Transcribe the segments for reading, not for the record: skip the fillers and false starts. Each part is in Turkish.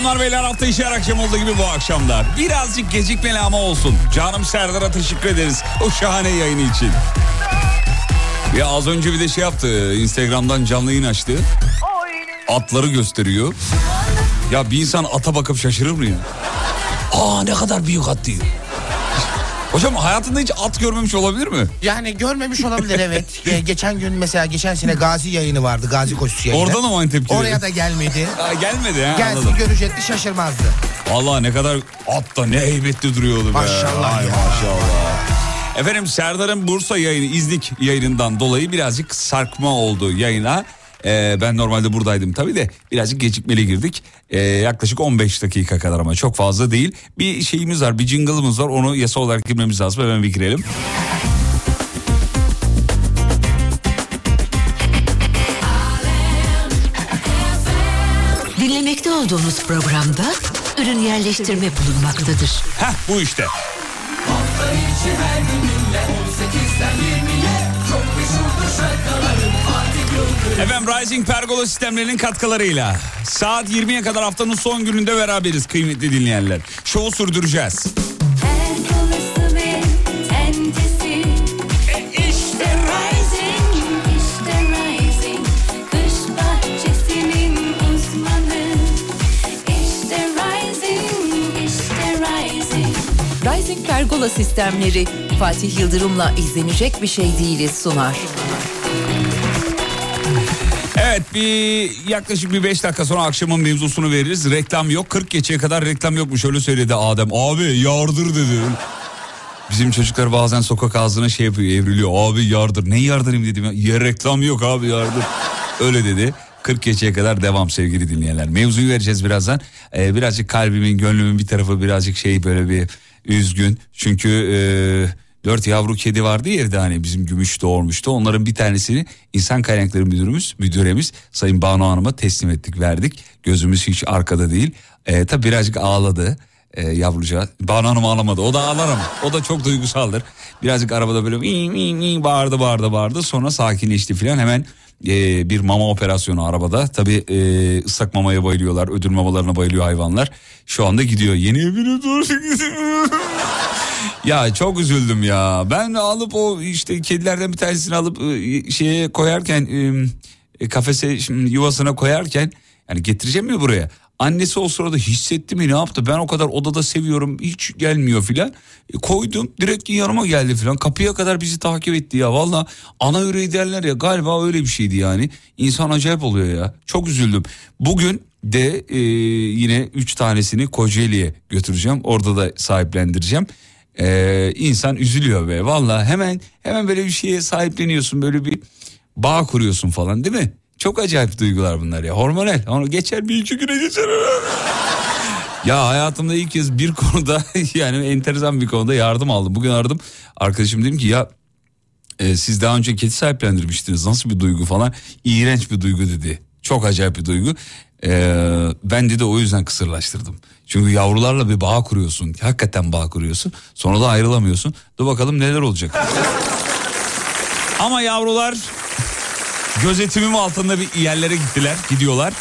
Hanımlar beyler, hafta içi her akşam olduğu gibi bu akşamda birazcık gecikmeli ama olsun. Canım Serdar'a teşekkür ederiz o şahane yayını için. Ya az önce bir de şey yaptı, Instagram'dan canlı yayın açtı. Atları gösteriyor. Ya bir insan ata bakıp şaşırır mı ya? Aa, ne kadar büyük at diyor. Hocam hayatında hiç at görmemiş olabilir mi? Yani görmemiş olabilir, evet. Geçen gün mesela, geçen sene Gazi yayını vardı. Gazi koşusu yayını. Oradan mı aynı tepki? Oraya da gelmedi. Gelmedi ha. Gelsin anladım. görecekti, şaşırmazdı. Vallahi ne kadar at da ne heybetli duruyordu be. Maşallah Ay, ya. maşallah. Efendim, Serdar'ın Bursa yayını, İznik yayınından dolayı birazcık sarkma oldu yayına. Ben normalde buradaydım tabii de birazcık gecikmeli girdik. Yaklaşık 15 dakika kadar, ama çok fazla değil. Bir şeyimiz var, bir jingle'ımız var, onu yasa olarak girmemiz lazım. Hemen bir girelim. Dinlemekte olduğunuz programda ürün yerleştirme bulunmaktadır. Heh, bu işte. Hafta içi her gününle 18'den 20'ye çok meşhurdur şarkıların Fatih Yıldırım. Efendim, Rising Pergola sistemlerinin katkılarıyla saat 20'ye kadar haftanın son gününde beraberiz kıymetli dinleyenler. Şovu sürdüreceğiz. Pergolası ve tencesi. İşte Rising, işte Rising. Kış bahçesinin uzmanı. İşte Rising, işte Rising. Rising Pergola sistemleri Fatih Yıldırım'la izlenecek bir şey değiliz sunar. Evet, yaklaşık bir 5 dakika sonra akşamın mevzusunu veririz. Reklam yok, 40 geçeye kadar reklam yokmuş, öyle söyledi Adem. Abi yardır dedi. Bizim çocuklar bazen sokak ağzına şey yapıyor, evriliyor. Abi yardır. Ne yardırayım dedim ya. Reklam yok abi, yardır. Öyle dedi. 40 geçeye kadar devam sevgili dinleyenler. Mevzuyu vereceğiz birazdan. Birazcık kalbimin, gönlümün bir tarafı birazcık şey, böyle bir üzgün. Çünkü 4 yavru kedi vardı ya evde, hani bizim Gümüş doğurmuştu. Onların bir tanesini İnsan Kaynakları Müdüremiz Sayın Banu Hanım'a teslim ettik, verdik. Gözümüz hiç arkada değil. Tabii birazcık ağladı yavrucağı. Banu Hanım ağlamadı, o da ağlar ama o da çok duygusaldır. Birazcık arabada böyle bağırdı. Sonra sakinleşti filan, hemen bir mama operasyonu arabada. Tabii ıslak mamaya bayılıyorlar, ödül mamalarına bayılıyor hayvanlar. Şu anda gidiyor yeni evine doğru gidiyor. Ya çok üzüldüm ya. Ben alıp o işte kedilerden bir tanesini alıp şeye koyarken, kafese, yuvasına koyarken, yani getireceğim mi buraya? Annesi o sırada hissetti mi, ne yaptı? Ben o kadar odada seviyorum, hiç gelmiyor filan. Koydum, direkt yanıma geldi filan. Kapıya kadar bizi takip etti ya. Valla ana yüreği derler ya, galiba öyle bir şeydi yani. İnsan acayip oluyor ya. Çok üzüldüm. Bugün de yine 3 tanesini Kocaeli'ye götüreceğim. Orada da sahiplendireceğim. İnsan üzülüyor be. Valla hemen böyle bir şeye sahipleniyorsun, böyle bir bağ kuruyorsun falan, değil mi? Çok acayip duygular bunlar ya. Hormonal. Onu geçer, bir iki güne geçer. Ya hayatımda ilk kez bir konuda yani enteresan bir konuda yardım aldım. Bugün aradım arkadaşım, dedim ki ya siz daha önce kedi sahiplendirmiştiniz, nasıl bir duygu falan. İğrenç bir duygu dedi. Çok acayip bir duygu. Ben de o yüzden kısırlaştırdım. Çünkü yavrularla bir bağ kuruyorsun. Hakikaten bağ kuruyorsun. Sonra da ayrılamıyorsun. Dur bakalım neler olacak. Ama yavrular gözetimim altında bir yerlere gidiyorlar.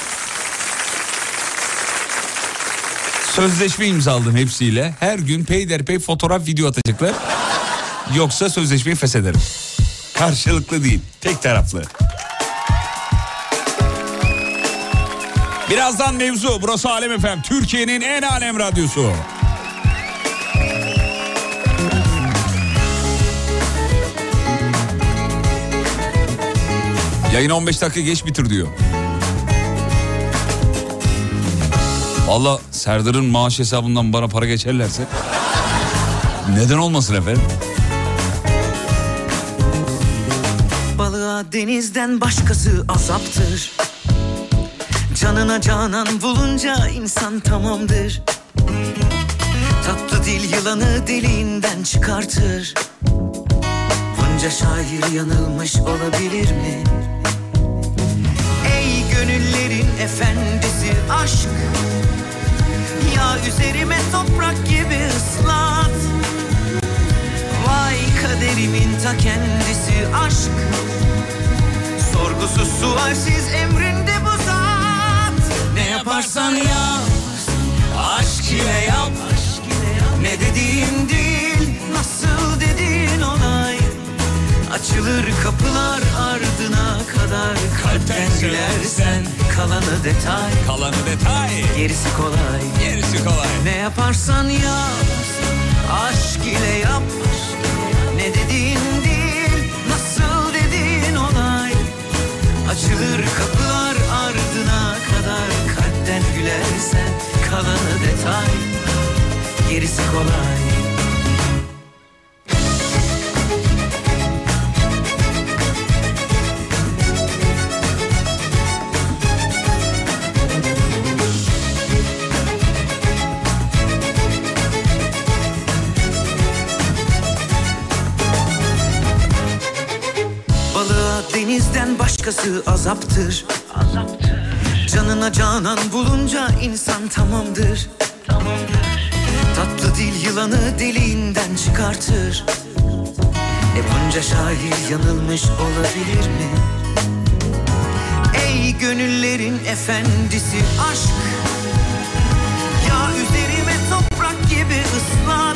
Sözleşme imzaladım hepsiyle. Her gün peyderpey fotoğraf, video atacaklar. Yoksa sözleşmeyi feshederim. Karşılıklı değil, tek taraflı. Birazdan mevzu. Burası Alem FM, Türkiye'nin en alem radyosu. Yayını 15 dakika geç bitir diyor. Valla Serdar'ın maaş hesabından bana para geçerlerse neden olmasın efendim? Balığa denizden başkası azaptır. Canına canan bulunca insan tamamdır. Tatlı dil yılanı deliğinden çıkartır. Bunca şair yanılmış olabilir mi? Ey gönüllerin efendisi aşk, ya üzerime toprak gibi ıslat. Vay kaderimin ta kendisi aşk, sorgusuz sualsiz emrinde bu zat. Ne yaparsan yap, ile yap. Ne dediğin değil, nasıl dediğin olay. Açılır kapılar ardına kadar. Kalpten gülersen kalanı detay. Kalanı detay. Gerisi kolay. Gerisi kolay. Ne yaparsan yap, aşk ile yap. Ne dediğin değil, nasıl dediğin olay. Açılır kapılar ardına kadar. Kalpten gülersen kalanı detay. Gerisi kolay. Balığa denizden başkası azaptır. Canına canan bulunca insan tamamdır. Tatlı dil yılanı deliğinden çıkartır. Bunca şair yanılmış olabilir mi? Ey gönüllerin efendisi aşk. Ya üzerime toprak gibi ıslat.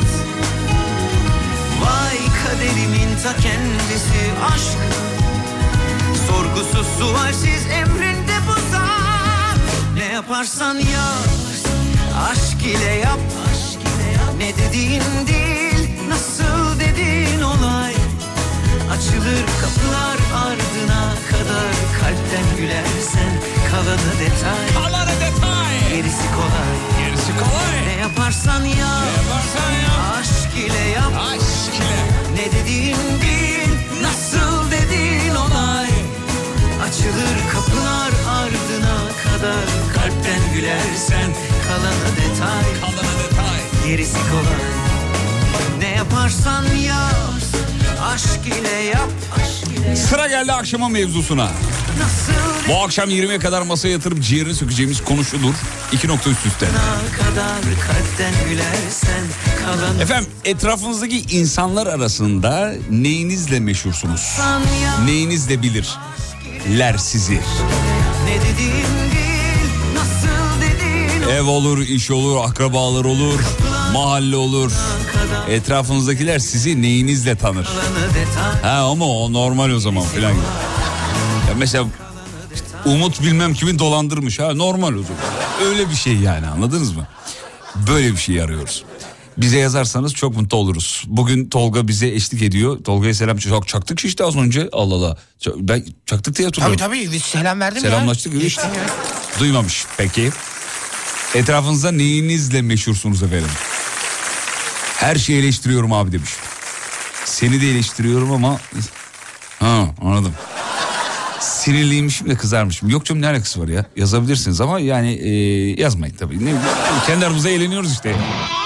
Vay kaderimin ta kendisi aşk. Sorgusuz sualsiz emrinde bu zat. Ne yaparsan yap, aşk ile yap. Ne dediğin değil, nasıl dediğin olay. Açılır kapılar ardına kadar. Kalpten gülersen kalanı detay. Kalanı detay. Gerisi kolay. Gerisi kolay. Ne yaparsan yap. Ne yaparsan yap. Aşk ile yap. Aşk ile. Ne dediğin değil, nasıl dediğin olay. Açılır kapılar ardına kadar. Kalpten gülersen kalanı detay. Kalanı detay. Gerisi kolay. Ne yaparsan yap. Aşk ile yap. Sıra geldi akşamın mevzusuna. Nasıl Bu akşam 20'ye kadar masaya yatırıp ciğerini sökeceğimiz konuşulur. 2 nokta üst üste. kadar kalpten gülersen kalanı Efendim, etrafınızdaki insanlar arasında neyinizle meşhursunuz? yap. Neyinizle bilirler sizi? Ne dediğin değil, nasıl dediğin Ev olur, iş olur, akrabalar olur, mahalle olur. Etrafınızdakiler sizi neyinizle tanır? kalanı detay. Ha ama o normal o zaman filan. Ya mesela Umut bilmem kimin dolandırmış, ha normal o zaman. Öyle bir şey yani, anladınız mı? Böyle bir şey arıyoruz. Bize yazarsanız çok mutlu oluruz. Bugün Tolga bize eşlik ediyor. Tolga'ya selam. Çok çaktık işte az önce. Allah Allah. Ben çaktık diye hatırlıyorum. Tabii biz selam verdim ya. Selamlaştık. Evet. Geçtim ya. Duymamış. Peki. Etrafınızda neyinizle meşhursunuz efendim? Her şeyi eleştiriyorum abi demiş. Seni de eleştiriyorum ama... Ha, anladım. Sinirliymişim de kızarmışım. Yok canım, ne alakası var ya? Yazabilirsiniz ama yani yazmayın tabii. Kendi aramızda eğleniyoruz işte.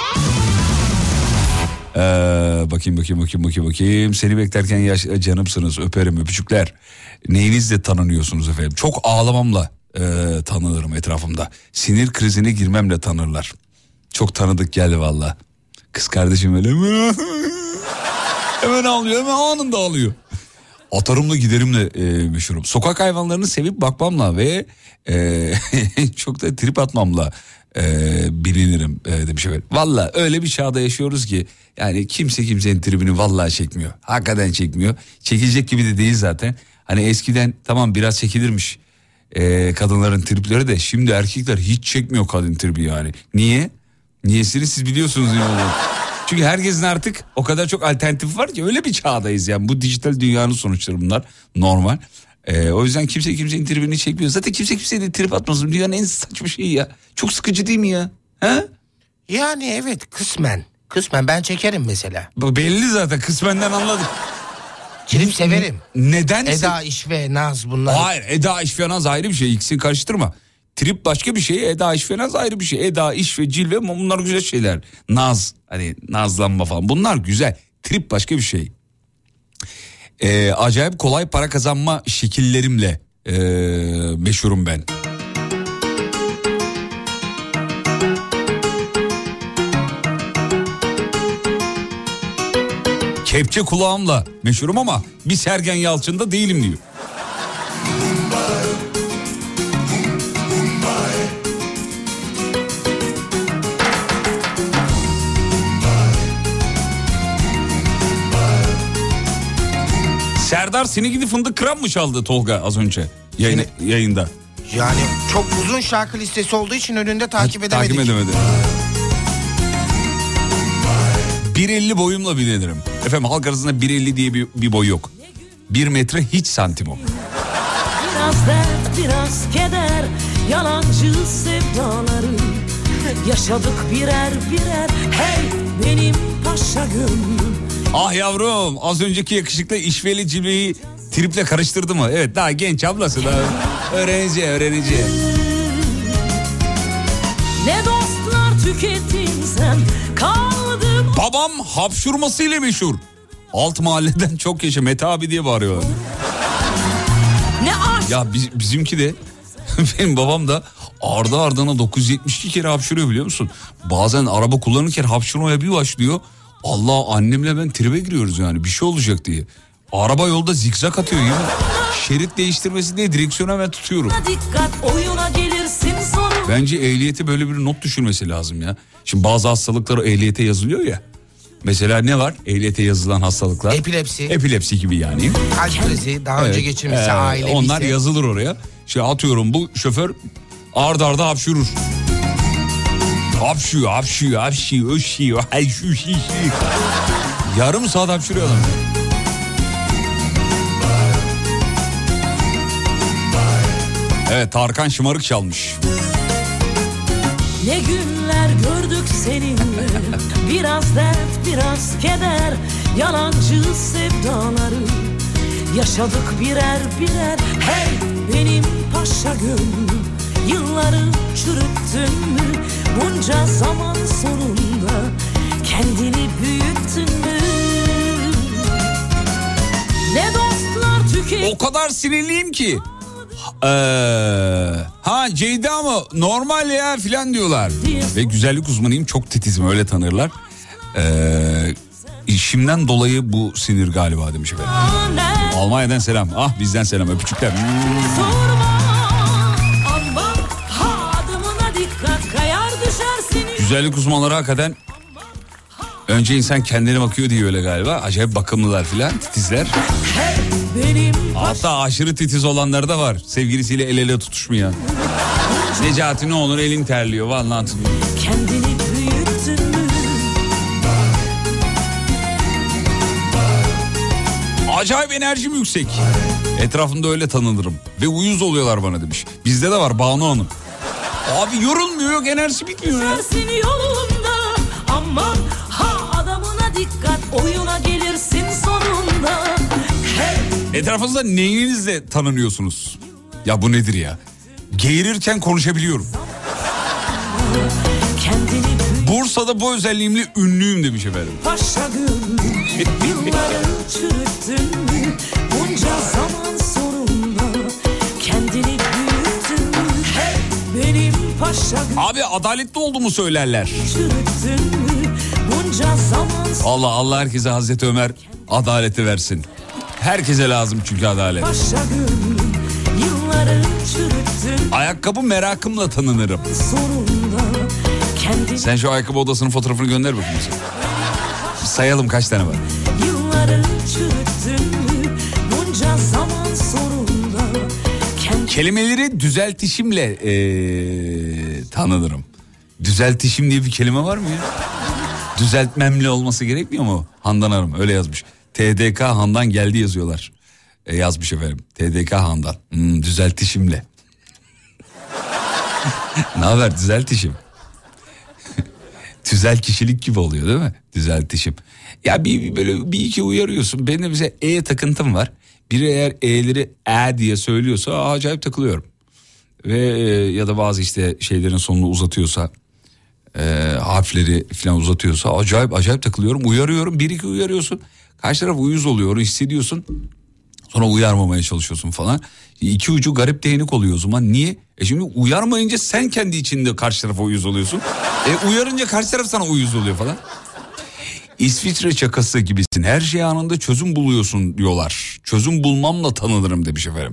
Bakayım. Seni beklerken canımsınız, öperim, öpücükler. Neyinizle tanınıyorsunuz efendim? Çok ağlamamla tanınırım etrafımda. Sinir krizine girmemle tanırlar. Çok tanıdık geldi valla. Kız kardeşim öyle hemen ağlıyor, hemen anında ağlıyor. Atarımla giderimle meşhurum. Sokak hayvanlarını sevip bakmamla ve çok da trip atmamla bilinirim demiş efendim. Valla öyle bir çağda yaşıyoruz ki yani kimse kimsenin tribini vallahi çekmiyor. Hakikaten çekmiyor. Çekilecek gibi de değil zaten. Hani eskiden tamam biraz çekilirmiş kadınların tripleri de, şimdi erkekler hiç çekmiyor kadın tribi yani. Niye? Niyesini siz biliyorsunuz yani. Çünkü herkesin artık o kadar çok alternatif var ki, öyle bir çağdayız yani. Bu dijital dünyanın sonuçları bunlar, normal. O yüzden kimse kimsenin tribini çekmiyor. Zaten kimse kimseye de trip atmasın. Dünyanın en saçma şeyi ya. Çok sıkıcı değil mi ya? Ha? Yani evet, kısmen. Kısmen ben çekerim mesela. Bu belli zaten, kısmenden anladık. Trip severim. Neden? Eda, iş ve naz bunlar. Hayır, Eda, iş ve naz ayrı bir şey. İkisini karıştırma. Trip başka bir şey, Eda, iş ve naz ayrı bir şey. Eda, iş ve cilve, bunlar güzel şeyler. Naz, hani nazlanma falan, bunlar güzel. Trip başka bir şey. Acayip kolay para kazanma şekillerimle meşhurum ben. Kepçe kulağımla meşhurum ama bir Sergen Yalçın'da değilim diyor. kadar seni gidi fındık kıran mı çaldı Tolga az önce yayında? Yani çok uzun şarkı listesi olduğu için önünde takip edemedik. Takip edemedim. 1.50 boyumla bilinirim. Efendim halk arasında 1.50 diye bir boy yok. 1 metre hiç santim o. Biraz dert, biraz keder, yalancı sevdaları yaşadık birer birer. Hey benim paşa gönlüm. Ah yavrum, az önceki yakışıklı işveli cilveyi triple karıştırdı mı? Evet, daha genç ablası da öğrenci. Ne dostlar tükettin sen, kaldım. Babam hapşurmasıyla meşhur. Alt mahalleden çok yaşa Mete abi diye bağırıyorlar. Ne aşk. Ya bizimki de benim babam da ardı ardına 972 kere hapşırıyor biliyor musun? Bazen araba kullanırken hapşırmaya bir başlıyor. Allah, annemle ben tribe giriyoruz yani bir şey olacak diye. Araba yolda zikzak atıyor ya. Şerit değiştirmesi diye direksiyona ben tutuyorum. Dikkat, oyuna gelirsin sonra. Bence ehliyete böyle bir not düşürmesi lazım ya. Şimdi bazı hastalıklar ehliyete yazılıyor ya. Mesela ne var ehliyete yazılan hastalıklar? Epilepsi. Epilepsi gibi yani. Kalp krizi, daha önce geçirmişse, aile onlar yazılır oraya. Şey atıyorum, bu şoför ard arda hapşurur. Hapşıyor. Yarım saat hapşırıyor adam. Evet, Tarkan şımarık çalmış. Ne günler gördük seninle, biraz dert, biraz keder, yalancı sevdaları yaşadık birer birer. Hey benim paşa gönlüm, yılları çürüttün mü? Bunca zaman sonunda kendini büyüttün mü? Ne dostlar tüket. O kadar sinirliyim ki. Ceyda mı? Normal ya filan diyorlar. Ve güzellik uzmanıyım, çok titizim, öyle tanırlar. İşimden dolayı bu sinir galiba demiş efendim. Almanya'dan selam. Ah, bizden selam, öpücükler. Güzellik uzmanları hakikaten önce insan kendine bakıyor diye öyle galiba. Acayip bakımlılar filan, titizler. Hatta aşırı titiz olanlar da var. Sevgilisiyle el ele tutuşmayan. Necati ne olur elin terliyor vallahi. Kendini büyüttün mü? Acayip enerjim yüksek. Etrafımda öyle tanınırım. Ve uyuz oluyorlar bana demiş. Bizde de var Banu Hanım. Abi yorulmuyor, yok enerjisi bitmiyor ya. Yolunda, aman ha adamına dikkat, oyuna gelirsin sonunda. Hey. Etrafınızda neyinizle tanınıyorsunuz? Ya bu nedir ya? Geğirirken konuşabiliyorum. Bursa'da bu özelliğimle ünlüyüm demiş efendim. Paşa gönlüm, yılları çürüttün mü? Bunca zaman sonunda kendini büyüttün mü? Hey, benim paşa gönlüm. Abi adaletli olduğumu söylerler. Çürüttün mü? Bunca zaman. Allah herkese Hazreti Ömer adaleti versin. Herkese lazım çünkü adalet. Paşa gönlüm, yılları çürüttün. Ayakkabı merakımla tanınırım. Sonunda kendini. Sen şu ayakkabı odasının fotoğrafını gönder bakayım bize. Sayalım kaç tane var. Yılları çürüttün mü? Bunca zaman sonunda kendini. Kelimeleri düzeltişimle tanınırım. Düzeltişim diye bir kelime var mı ya? Düzeltmemle olması gerekmiyor mu? Handan Hanım öyle yazmış. TDK Handan geldi yazıyorlar. Yazmış efendim. TDK Handan. Düzeltişimle. Ne haber düzeltişim? Tüzel kişilik gibi oluyor değil mi? Düzeltişim. Ya böyle bir iki uyarıyorsun. Benim de mesela takıntım var. Biri eğer e'leri diye söylüyorsa acayip takılıyorum. Ve ya da bazı işte şeylerin sonunu uzatıyorsa, harfleri falan uzatıyorsa acayip takılıyorum. Uyarıyorum, bir iki uyarıyorsun. Karşı taraf uyuz oluyor, hissediyorsun. Sonra uyarmamaya çalışıyorsun falan. İki ucu garip değnek oluyor o zaman. Niye? Şimdi uyarmayınca sen kendi içinde karşı tarafa uyuz oluyorsun. Uyarınca karşı taraf sana uyuz oluyor falan. İsviçre çakası gibisin. Her şey anında çözüm buluyorsun diyorlar. Çözüm bulmamla tanınırım demiş efendim.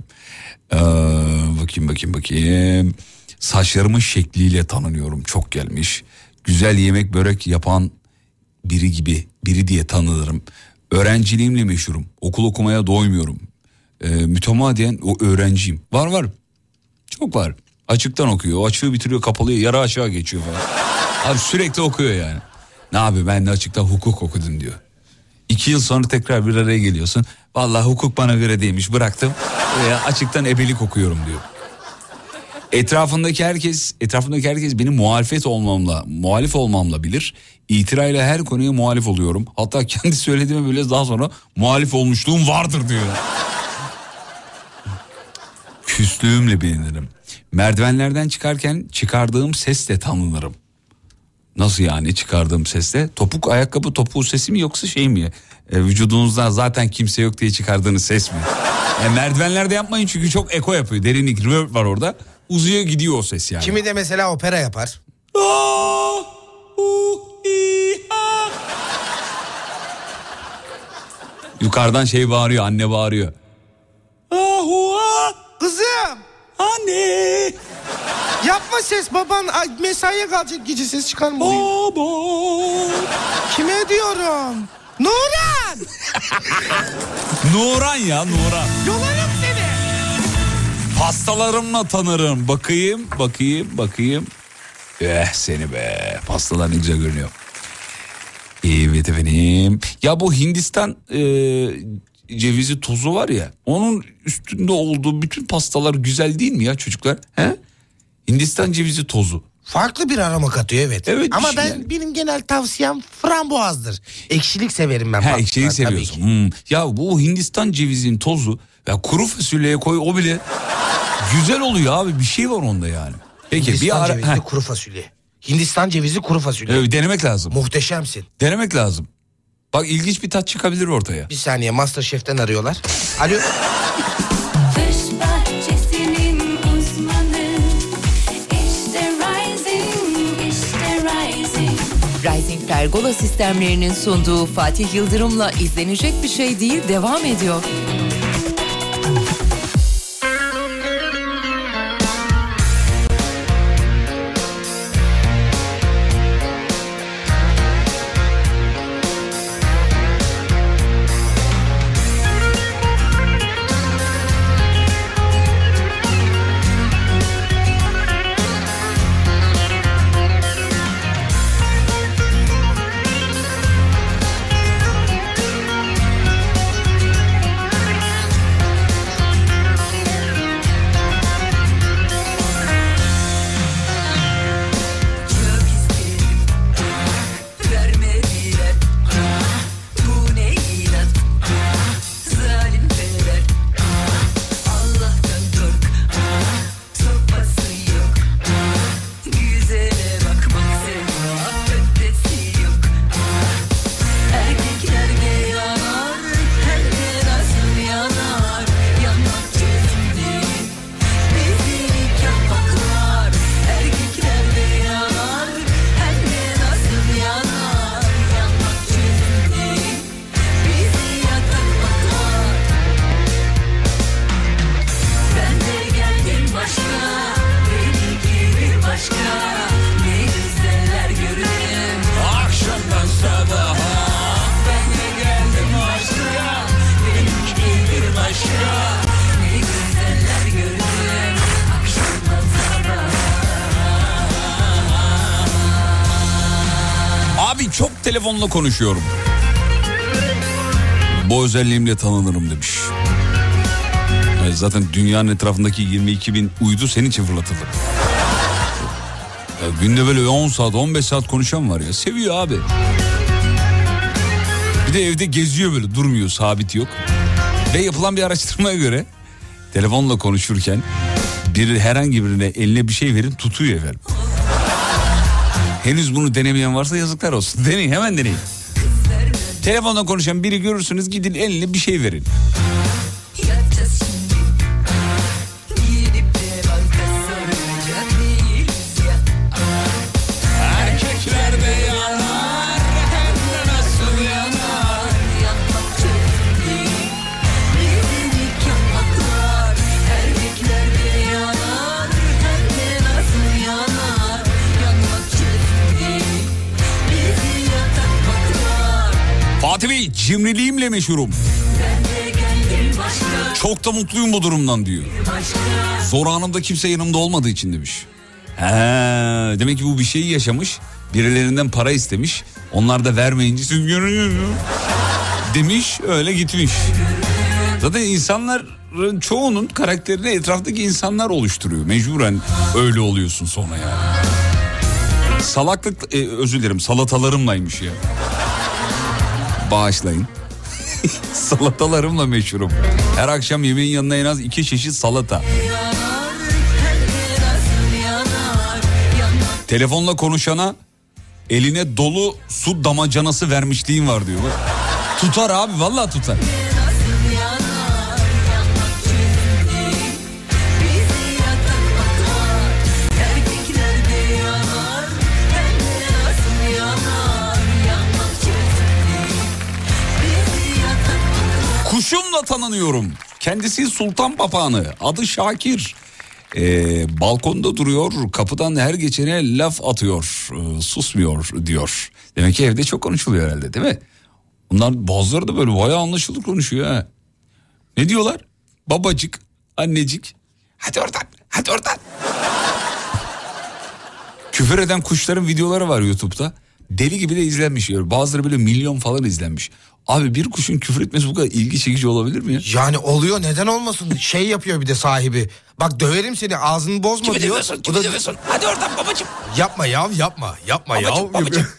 Bakayım. Saçlarımın şekliyle tanınıyorum. Çok gelmiş. Güzel yemek börek yapan biri diye tanınırım. Öğrenciliğimle meşhurum. Okul okumaya doymuyorum. Mütemadiyen o öğrenciyim. Var. Çok var. Açıktan okuyor. O açığı bitiriyor, kapalıyor, yarı aşağı geçiyor falan. Abi sürekli okuyor yani. Ne abi, ben de açıktan hukuk okudum diyor. 2 yıl sonra tekrar bir araya geliyorsun. Vallahi hukuk bana göre değilmiş, bıraktım. Açıktan ebelik okuyorum diyor. Etrafındaki herkes benim muhalif olmamla bilir. İtirayla her konuya muhalif oluyorum. Hatta kendi söylediğime bile daha sonra muhalif olmuşluğum vardır diyor. Küslüğümle bilinirim. Merdivenlerden çıkarken çıkardığım sesle tanınırım. Nasıl yani çıkardığım sesle? Topuk ayakkabı topuğu sesi mi yoksa şey mi? Vücudunuzda zaten kimse yok diye çıkardığınız ses mi? Merdivenlerde yapmayın çünkü çok eko yapıyor. Derinlik, reverb var orada. Uzuyor gidiyor o ses yani. Kimi de mesela opera yapar. Yukarıdan şey bağırıyor, anne bağırıyor. Kızım. Anne. Yapma ses, baban mesaiye kalacak, gece ses çıkarma. Baba. Kime diyorum? Nuran. Nuran ya, Nuran. Yolarım seni. Pastalarımla tanırım. Bakayım. Seni be. Pastalar ne güzel görünüyor. Evet efendim. Ya bu Hindistan cevizi tozu var ya. Onun üstünde olduğu bütün pastalar güzel değil mi ya çocuklar? He? Hindistan cevizi tozu. Farklı bir aroma katıyor evet. Ama yani. benim genel tavsiyem frambuazdır. Ekşilik severim ben. Ekşilik seviyorsun. Ya bu Hindistan cevizinin tozu ya kuru fasulyeye koy, o bile güzel oluyor abi. Bir şey var onda yani. Peki Hindistan cevizi kuru fasulye. Hindistan cevizi kuru fasulye. Evet, denemek lazım. Muhteşemsin. Denemek lazım. Bak ilginç bir tat çıkabilir ortaya. Bir saniye, MasterChef'ten arıyorlar. Alo. Kış bahçesinin uzmanı, işte Rising. Rising Pergola sistemlerinin sunduğu Fatih Yıldırım'la izlenecek bir şey değil devam ediyor. Telefonla konuşuyorum. Bu özelliğimle tanınırım demiş. Yani zaten dünyanın etrafındaki 22 bin uydu senin için fırlatılır. Ya günde böyle 10 saat 15 saat konuşan var ya, seviyor abi. Bir de evde geziyor, böyle durmuyor, sabit yok. Ve yapılan bir araştırmaya göre telefonla konuşurken herhangi birine eline bir şey verin, tutuyor efendim. Henüz bunu denemeyen varsa yazıklar olsun. Deneyin, hemen deneyin. Telefonla konuşan biri görürsünüz, gidin eline bir şey verin. Erkekler de yanar, hem de nasıl yanar. Erkekler de yanar, hem de nasıl yanar. Fatih Bey, cimriliğimle meşhurum. Çok da mutluyum bu durumdan diyor. Zor anımda kimse yanımda olmadığı için demiş. Demek ki bu bir şeyi yaşamış. Birilerinden para istemiş. Onlar da vermeyince demiş, öyle gitmiş. Zaten insanların çoğunun karakterini etraftaki insanlar oluşturuyor. Mecburen öyle oluyorsun sonra yani. Salaklık, özür dilerim, salatalarımlaymış ya. Bağışlayın. Salatalarımla meşhurum. Her akşam yemeğin yanına en az 2 çeşit salata. Telefonla konuşana eline dolu su damacanası vermişliğin var diyor. Tutar abi, vallahi tutar. Kuşumla tanınıyorum. Kendisi sultan papağanı. Adı Şakir. Balkonda duruyor. Kapıdan her geçene laf atıyor. Susmuyor diyor. Demek ki evde çok konuşuluyor herhalde, değil mi? Bunlar bazıları da böyle bayağı anlaşılır konuşuyor ha. Ne diyorlar? Babacık, annecik. Hadi oradan, hadi oradan. Küfür eden kuşların videoları var YouTube'da. Deli gibi de izlenmiş. Bazıları böyle milyon falan izlenmiş. Abi bir kuşun küfür etmesi bu kadar ilgi çekici olabilir mi ya? Yani oluyor, neden olmasın? Şey yapıyor bir de sahibi. Bak döverim seni, ağzını bozma Kimi diyor. dövüyorsun, kimi dövüyorsun? Hadi oradan babacığım. Yapma ya, yapma Babacım, ya. babacım.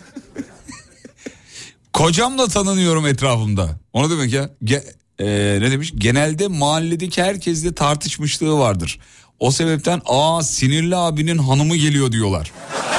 Kocamla tanınıyorum etrafımda. O ne demek ya? Ne demiş? Genelde mahalledeki herkesle tartışmışlığı vardır. O sebepten sinirli abinin hanımı geliyor diyorlar.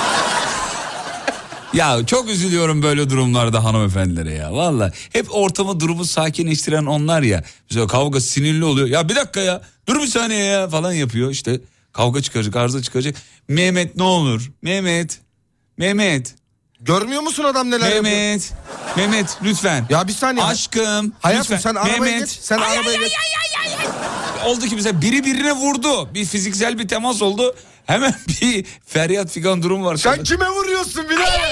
Ya çok üzülüyorum böyle durumlarda hanımefendilere ya. Vallahi hep ortamı, durumu sakinleştiren onlar ya. Mesela kavga, sinirli oluyor. Ya bir dakika ya, dur bir saniye ya falan yapıyor işte. Kavga çıkacak, arıza çıkacak. Mehmet ne olur? Mehmet. Görmüyor musun adam neler yapıyor? Mehmet lütfen. Ya bir saniye. Aşkım. Hayatım lütfen. sen arabaya Mehmet. geç. Sen arabaya geç. Oldu ki mesela biri birine vurdu. Bir fiziksel bir temas oldu. Hemen bir feryat figan durum var. Sen kime vuruyorsun birader?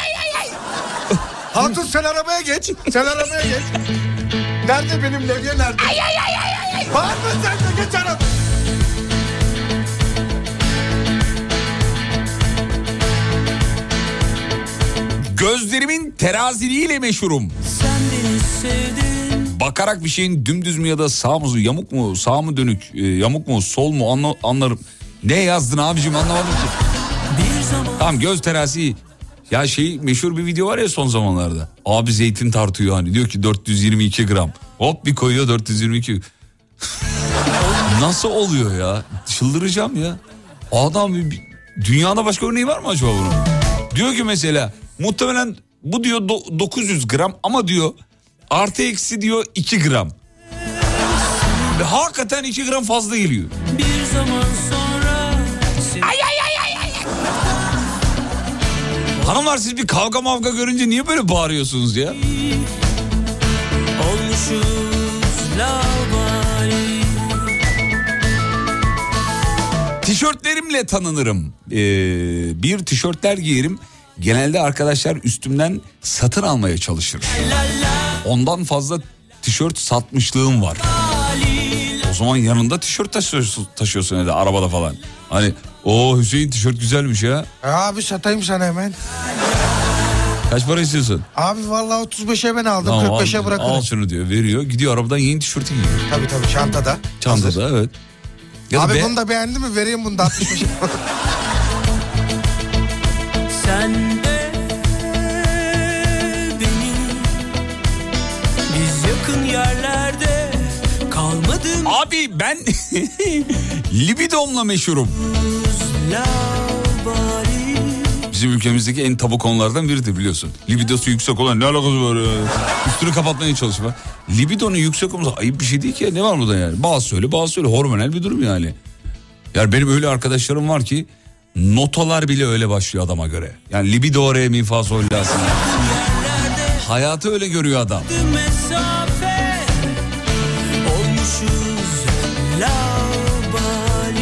Hatun sen arabaya geç. Nerede benim levye, nerede? Bağırma sen de, geç arabaya. Gözlerimin teraziliğiyle meşhurum. Sen beni sevdin. Bakarak bir şeyin dümdüz mü ya da sağ mı, yamuk mu, sağ mı dönük, yamuk mu, sol mu anlarım. Ne yazdın abicim, anlamadım ki. Tamam, göz terazi. Ya meşhur bir video var ya son zamanlarda. Abi zeytin tartıyor hani, diyor ki 422 gram. Hop bir koyuyor 422. Nasıl oluyor ya? Çıldıracağım ya. Adam dünyada başka örneği var mı acaba bunun? Diyor ki mesela muhtemelen bu diyor 900 gram ama diyor artı eksi diyor 2 gram. Ve hakikaten 2 gram fazla geliyor. Bir zaman sonra Ay. Hanımlar, siz bir kavga mavga görünce niye böyle bağırıyorsunuz ya? olmuşuz laubali. Tişörtlerimle tanınırım. Bir tişörtler giyerim. Genelde arkadaşlar üstümden satın almaya çalışır. Ondan fazla tişört satmışlığım var. O zaman yanında tişört taşıyorsun ya da arabada falan. Hani Hüseyin tişört güzelmiş ya. Abi satayım sana hemen. Kaç para istiyorsun? Abi vallahi 35'e ben aldım, Tamam, 45'e bırakırım. Al şunu diyor, veriyor. Gidiyor arabadan yeni tişörtü giyiyor. Tabii çantada. Çantada Hazır. evet. Ya abi bunu da beğendin mi? Vereyim bunu da 65'e. Sen de beni, biz yakın yerlerde kalmadım. Abi ben libidomla meşhurum. Laubali. Bizim ülkemizdeki en tabu konulardan biridir biliyorsun. Libidosu yüksek olan ne alakası var ya? Üstünü kapatmaya çalışma. Libidonun yüksek olması ayıp bir şey değil ki ya. Ne var burada yani? Bazı söyle hormonal bir durum yani. Yani benim öyle arkadaşlarım var ki notalar bile öyle başlıyor adama göre. Yani libido, re, mi, fa, sol, la, si. Hayatı öyle görüyor adam. Mesafe olmuşuz laubali.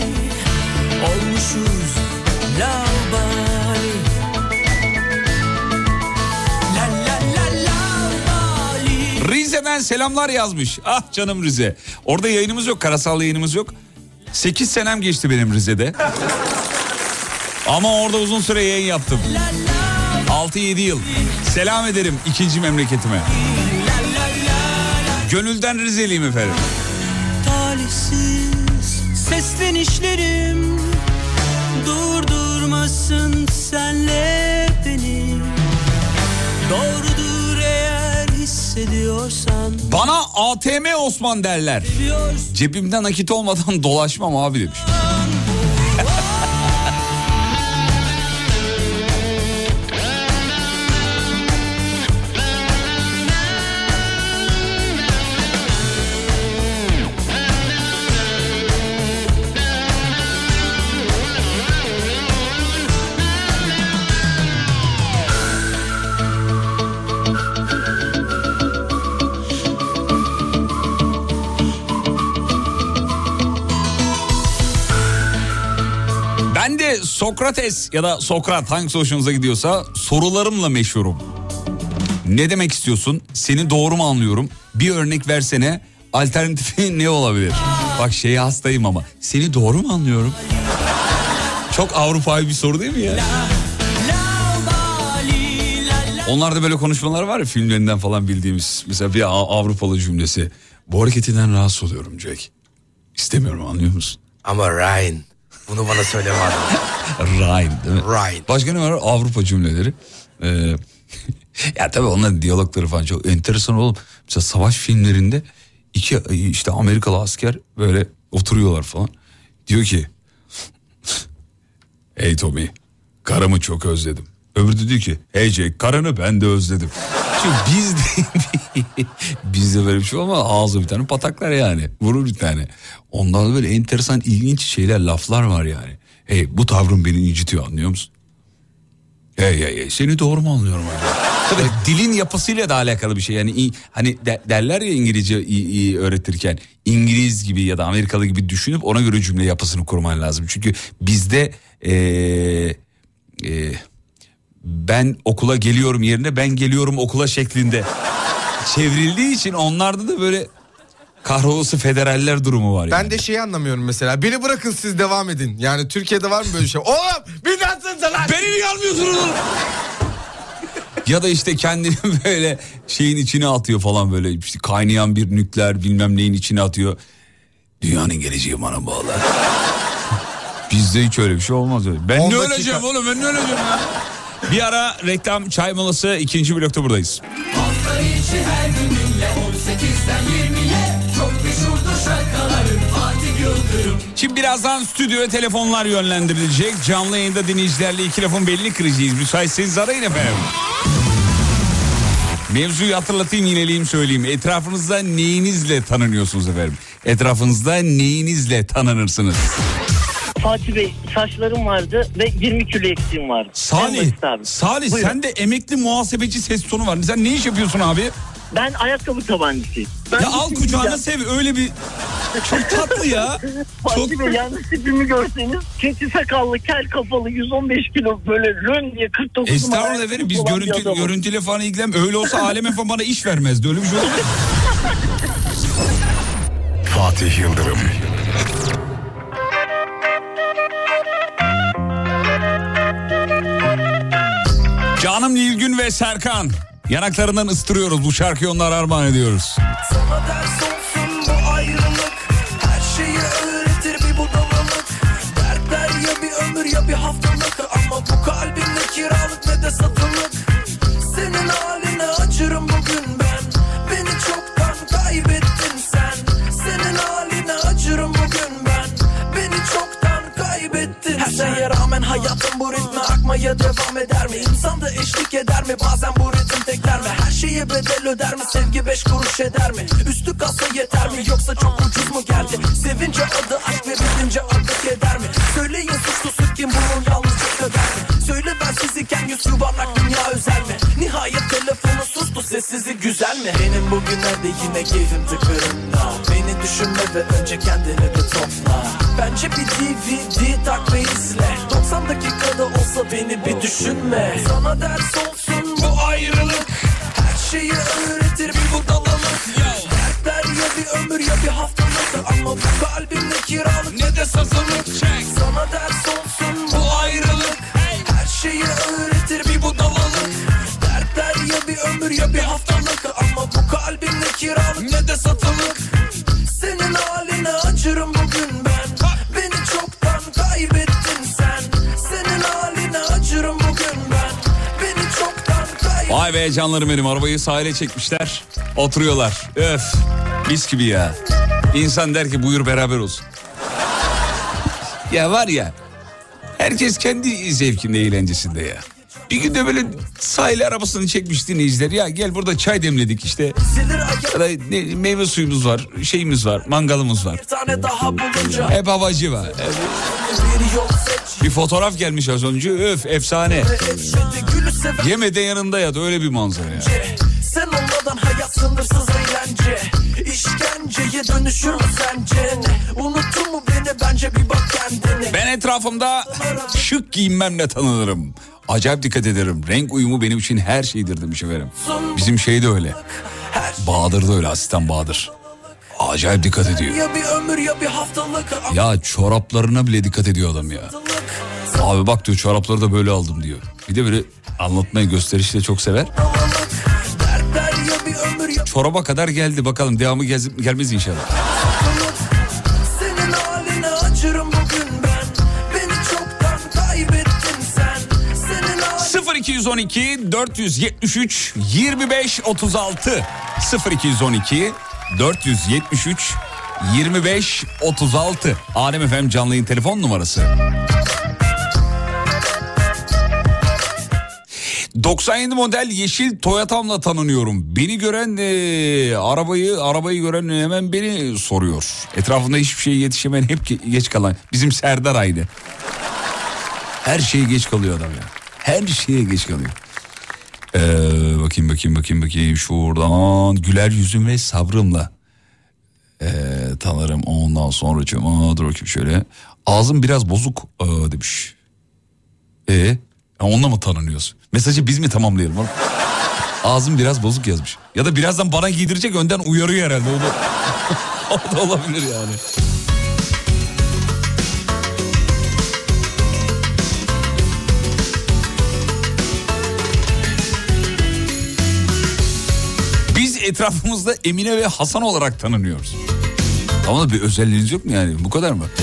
Olmuşuz laubali. La la la laubali. Rize Rize'den selamlar yazmış. Ah canım Rize. Orada yayınımız yok, karasal yayınımız yok. 8 senem geçti benim Rize'de. Ama orada uzun süre yayın yaptım. 6-7 yıl. Selam ederim ikinci memleketime. Gönülden Rizeliyim efendim. Talihsiz seslenişlerim durdurmasın senle beni. Doğrudur eğer hissediyorsan. Bana ATM Osman derler. Cebimden nakit olmadan dolaşmam abi demiş. Ben de Sokrates ya da Sokrat hangisi hoşunuza gidiyorsa sorularımla meşhurum. Ne demek istiyorsun? Seni doğru mu anlıyorum? Bir örnek versene. Alternatifi ne olabilir? Bak şeye hastayım ama. Seni doğru mu anlıyorum? Çok Avrupa'yı bir soru değil mi ya? Onlarda böyle konuşmalar var ya filmlerinden falan bildiğimiz. Mesela bir Avrupalı cümlesi. Bu hareketinden rahatsız oluyorum Jack. İstemiyorum anlıyor musun? Ama Ryan. Bunu bana söyleme adam. Ryan değil mi? Ryan. Başka ne var? Avrupa cümleleri. Ya tabii onların diyalogları falan çok enteresan oğlum. Mesela savaş filmlerinde iki işte Amerikalı asker böyle oturuyorlar falan. Diyor ki hey Tommy karımı çok özledim. Öbürü de diyor ki hey Jack karını ben de özledim. Çünkü bizde böyle bir şey olmaz. Ağzı bir tane pataklar yani. Vurur bir tane. Ondan da böyle enteresan ilginç şeyler laflar var yani. Hey bu tavrın beni incitiyor anlıyor musun? Hey seni doğru mu anlıyorum acaba? Tabii dilin yapısıyla da alakalı bir şey. Yani hani derler ya İngilizce iyi öğretirken İngiliz gibi ya da Amerikalı gibi düşünüp ona göre cümle yapısını kurman lazım. Çünkü bizde ben okula geliyorum yerine ben geliyorum okula şeklinde çevrildiği için onlarda da böyle kahrolası federaller durumu var yani. Ben de şeyi anlamıyorum mesela. Beni bırakın siz devam edin. Yani Türkiye'de var mı böyle şey? Oğlum bir atsanıza lan. Beni niye almıyorsunuz oğlum? Ya da işte kendini böyle şeyin içine atıyor falan böyle. İşte kaynayan bir nükleer bilmem neyin içine atıyor. Dünyanın geleceği bana bağlı. Bizde hiç öyle bir şey olmaz öyle. Ben ne öleceğim oğlum ben ne öleceğim ya? Bir ara reklam çay molası ikinci blokta buradayız. Hafta içi her gününle 18'den 20'ye çok meşhurdur şarkıların Fatih Yıldırım. Şimdi birazdan stüdyoya telefonlar yönlendirilecek. Canlı yayında dinleyicilerle iki lafın belini kıracağız. Müsaitseniz arayın efendim. Mevzuyu hatırlatayım, yineleyeyim, söyleyeyim. Etrafınızda neyinizle tanınıyorsunuz efendim? Etrafınızda neyinizle tanınırsınız? Fatih Bey saçlarım vardı ve 20 kilo eksiğim vardı. Salih Buyurun. sende emekli muhasebeci ses tonu var. Sen ne iş yapıyorsun abi? Ben ayakkabı tabancısıyım. Ya al kucağına sev öyle bir... Çok tatlı ya. Fatih Bey yalnız tipimi görseniz keçi sakallı, kel kafalı, 115 kilo böyle rön diye 49 Estağfurullah efendim biz görüntüyle falan ilgilen. Öyle olsa Alem FM bana iş vermezdi. Öyle bir şey olur mu? Fatih Yıldırım. Canım Nilgün ve Serkan. Yanaklarından ıstırıyoruz. Bu şarkıyı onlara armağan ediyoruz. Sana ders olsun bu ayrılık. Her şeyi öğretir bir budalalık. Dertler ya bir ömür ya bir haftalık. Ama bu kalbimde kiralık ne de satılık. Senin haline acırım bugün ben. Beni çoktan kaybettin sen. Senin haline acırım bugün ben. Beni çoktan kaybettin her sen. Her şeye rağmen hayatım bu ritme akmaya devam eder mi? İnsan da eşlik eder mi? Bazen bu ritim tekler mi? Her şeye bedel öder mi? Sevgi 5 kuruş eder mi? Üstü kasa yeter mi? Yoksa çok ucuz mu geldi? Sevince adı aşk ve bitince adı keder mi? Söyleyin suçlusu kim bunun yalnızca kader mi? Söyle ben siziken yüz yuvarlak dünya özel mi? Nihayet telefonu sustu sessizi güzel mi? Benim bugünlerde yine keyfim tıkırında. Beni düşünme ve önce kendini bir topla. Bence bir DVD tak ve izle. 90 dakikada olsa beni bir düşünme. Sana ders olsun bu ayrılık. Her şeyi öğretir bir budalalık. bir haftalık. Ama bu kalbimde kiralık ne de satılık. Sana ders olsun bu ayrılık. Her şeyi öğretir bir budalalık. Dertler ya bir ömür ya bir haftalık. Ama bu kalbimde kiralık ne de satılık. Senin haline acırım bugün ben. Beni çoktan kaybettin sen. Senin haline acırım bugün ben. Beni çoktan kaybettin. Vay be canlarım benim, arabayı sahile çekmişler. Oturuyorlar. Öf, mis gibi ya. İnsan der ki buyur beraber olsun. Ya var ya, herkes kendi zevkinde, eğlencesinde ya. Bir gün de böyle sahil arabasını çekmiş dinleyiciler. Ya gel burada çay demledik işte. Ya da meyve suyumuz var, şeyimiz var, mangalımız var. Hep havacı var. Bir fotoğraf gelmiş az önce. Öf, efsane. Yeme de yanında ya da öyle bir manzara ya. Sen olmadan hayat sınırsız eğlence. İşkenceye dönüşür mü sence? Unuttun mu beni, bence bir bak kendine. Ben etrafımda şık giyinmemle tanınırım. Acayip dikkat ederim. Renk uyumu benim için her şeydir demiş efendim. Bizim şey de öyle. Bahadır da öyle, asistan Bahadır. Acayip dikkat ediyor. Ya bir ömür ya bir haftalık. Ya çoraplarına bile dikkat ediyor adam ya. Abi bak diyor, çorapları da böyle aldım diyor. Bir de böyle anlatmayı, gösterişi de çok sever. Çoraba kadar geldi, bakalım devamı gelmez inşallah. Senin haline acırım bugün ben. Beni çoktan kaybettin sen. Senin 0212 473 25 36 0212 473 25 36 Alem FM canlı yayın telefon numarası. 97 model yeşil Toyota'mla tanınıyorum. Beni gören arabayı gören hemen beni soruyor. Etrafında hiçbir şeye yetişemeyen, hep geç kalan. Bizim Serdar aynı. Her şeye geç kalıyor adam ya. Her şeye geç kalıyor. Bakayım şuradan. Güler yüzüm ve sabrımla tanırım. Ondan sonra dur bakayım şöyle. Ağzım biraz bozuk demiş. Onunla mı tanınıyorsun? Mesajı biz mi tamamlayalım oğlum? Ağzım biraz bozuk yazmış. Ya da birazdan bana giydirecek, önden uyarıyor herhalde. O da olabilir yani. Biz etrafımızda Emine ve Hasan olarak tanınıyoruz. Ama da bir özelliğiniz yok mu yani? Bu kadar mı?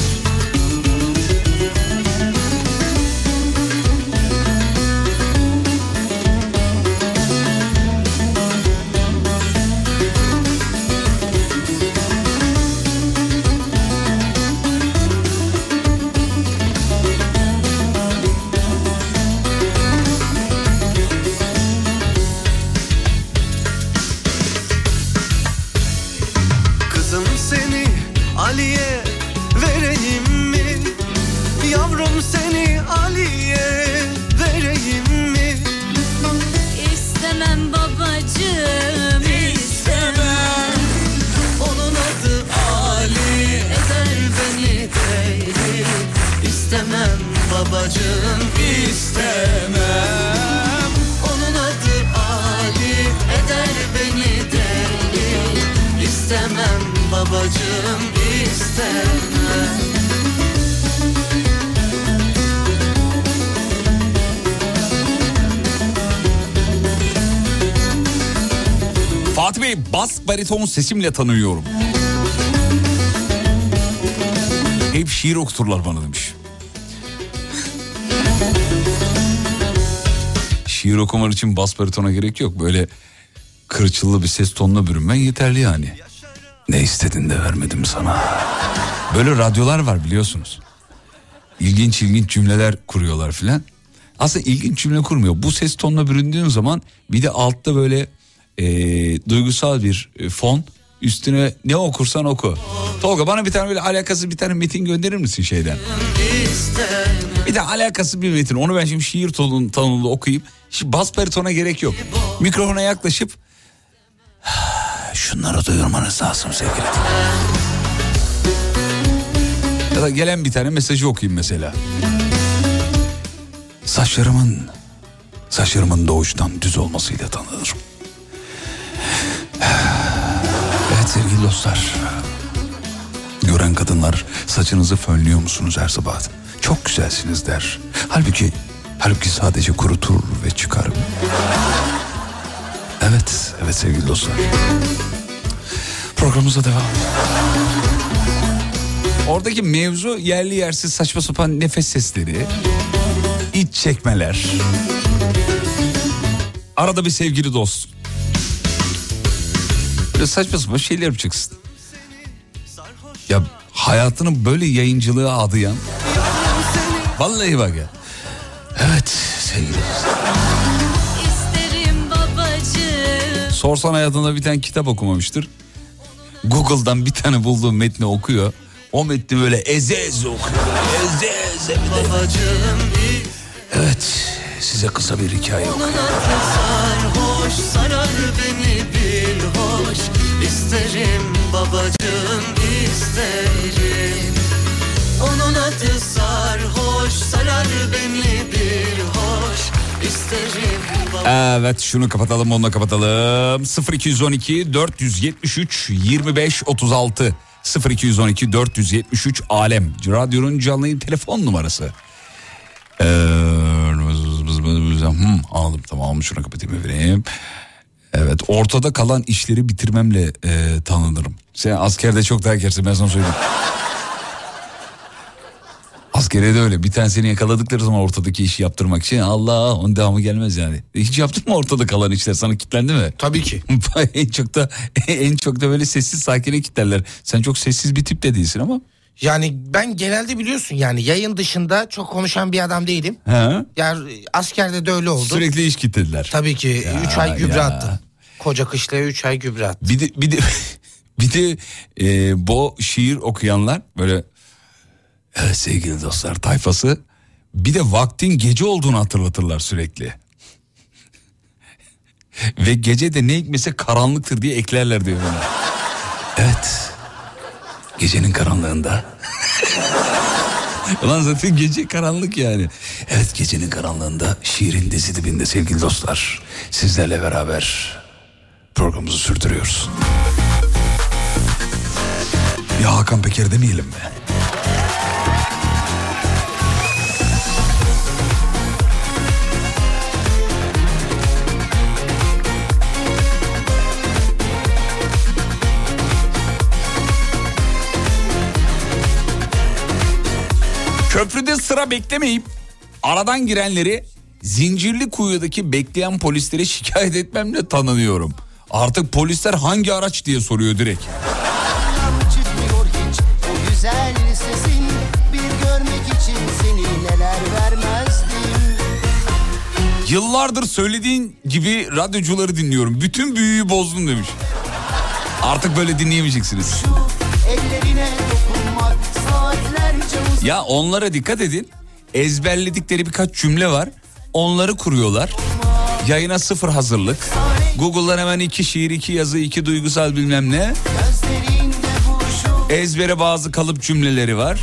Fatih Bey, bas bariton sesimle tanıyorum. Hep şiir okuturlar bana demiş. Şiir okuman için bas baritona gerek yok. Böyle kırçıllı bir ses tonuna bürünmen yeterli yani. Ne istedin de vermedim sana. Böyle radyolar var biliyorsunuz. İlginç cümleler kuruyorlar filan. Aslında ilginç cümle kurmuyor. Bu ses tonuna büründüğün zaman bir de altta böyle duygusal bir fon, üstüne ne okursan oku. Tolga bana bir tane böyle alakasız bir tane metin gönderir misin şeyden? Bir de alakasız bir metin, onu ben şimdi şiir tonunda okuyayım. Şimdi bas baritona gerek yok. Mikrofona yaklaşıp şunları duyurmanız lazım sevgili. Ya da gelen bir tane mesajı okuyayım mesela. Saçlarımın doğuştan düz olmasıyla tanınırım. Evet sevgili dostlar, gören kadınlar saçınızı fönlüyor musunuz her sabah? Çok güzelsiniz der. Halbuki sadece kurutur ve çıkar. Evet sevgili dostlar. Programımıza devam. Oradaki mevzu yerli yersiz saçma sapan nefes sesleri, iç çekmeler. Arada bir sevgili dost. Böyle saçma sapan şeyler yapacaksın. Ya hayatını böyle yayıncılığa adayan. Vallahi bak ya. Evet sevgili dost. Sorsan hayatında bir tane kitap okumamıştır. Google'dan bir tane bulduğu metni okuyor. O metni böyle eze okuyor. Eze. Evet, size kısa bir hikaye okuyorum. Sarhoş sarar beni bil hoş. İsterim babacığım isterim. Onun adı sarhoş sarar beni bil hoş. İsterim babacığım. Evet, şunu kapatalım, onu da kapatalım. 0212 473 25 36 0212 473 alem. Radyonun canlı yayın telefon numarası. Anladım, tamam, şunu kapatayım efendim. Evet, ortada kalan işleri bitirmemle tanınırım. Sen askerde çok daha erkensin, ben sana söyleyeyim. Askerde de öyle, bir tanesini yakaladıkları zaman ortadaki işi yaptırmak için Allah, onun devamı gelmez yani. Hiç yaptın mı ortada kalan işler, sana kilitlendi mi? Tabii ki. en çok da böyle sessiz sakine kilitlerler. Sen çok sessiz bir tip de değilsin ama. Yani ben genelde biliyorsun yani yayın dışında çok konuşan bir adam değilim. He? Yani askerde de öyle oldu. Sürekli iş kilitlediler. Tabii ki 3 ay gübre attım. Koca kışlaya 3 ay gübre attım. Bir de bu şiir okuyanlar böyle, evet sevgili dostlar tayfası, bir de vaktin gece olduğunu hatırlatırlar sürekli. Ve gece de ne hikmetse karanlıktır diye eklerler diyor bana. Evet. Gecenin karanlığında. Ulan zaten gece karanlık yani. Evet, gecenin karanlığında şiirin dizi dibinde sevgili dostlar, sizlerle beraber programımızı sürdürüyoruz. Ya Hakan Peker demeyelim mi? Köprüde sıra beklemeyip aradan girenleri Zincirlikuyu'daki bekleyen polislere şikayet etmemle tanınıyorum. Artık polisler hangi araç diye soruyor direkt. Çıkmıyor hiç o güzel sesin, bir görmek için seni neler vermezdim. Yıllardır söylediğin gibi radyocuları dinliyorum. Bütün büyüyü bozdun demiş. Artık böyle dinleyemeyeceksiniz. Ellerine dokunmak saatlerce uzak. Ya onlara dikkat edin. Ezberledikleri birkaç cümle var. Onları kuruyorlar. Yayına sıfır hazırlık. Google'dan hemen 2 şiir, 2 yazı, 2 duygusal bilmem ne. Ezbere bazı kalıp cümleleri var.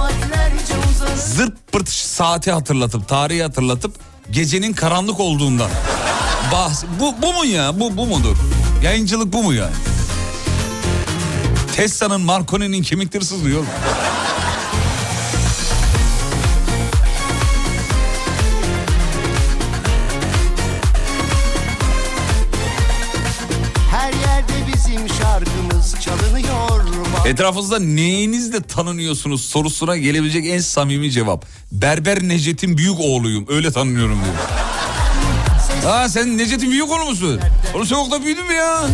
Zırt pırt saati hatırlatıp, tarihi hatırlatıp gecenin karanlık olduğundan. Bu mu ya? Bu mudur? Yayıncılık bu mu yani? Tesla'nın, Marconi'nin kemikleri sızlıyor. Her yerde bizim şarkımız çalınıyor. Etrafınızda neyinizle tanınıyorsunuz sorusuna gelebilecek en samimi cevap: Berber Necet'in büyük oğluyum, öyle tanınıyorum diyor. Aa, sen Necet'in büyük oğlu musun? Oğlum sokakta büyüdün mü ya?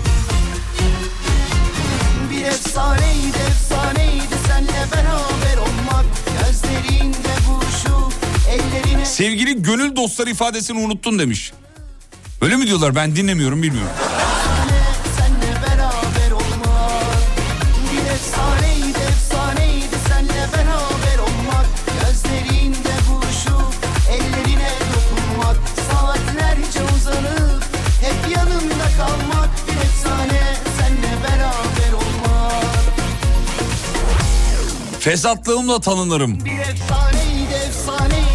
Bir efsaneydi senle beraber olmak, gözlerinde buluşup ellerine. Sevgili gönül dostları ifadesini unuttun demiş. Öyle mi diyorlar, ben dinlemiyorum, bilmiyorum. Senle beraber olmak, bir efsaneydi senle beraber olmak, gözlerinde buluşup ellerine dokunmak, saatlerce uzanıp hep yanında kalmak, bir efsane senle beraber olmak. Fesatlığımla tanınırım. Bir efsaneydi efsaneydi.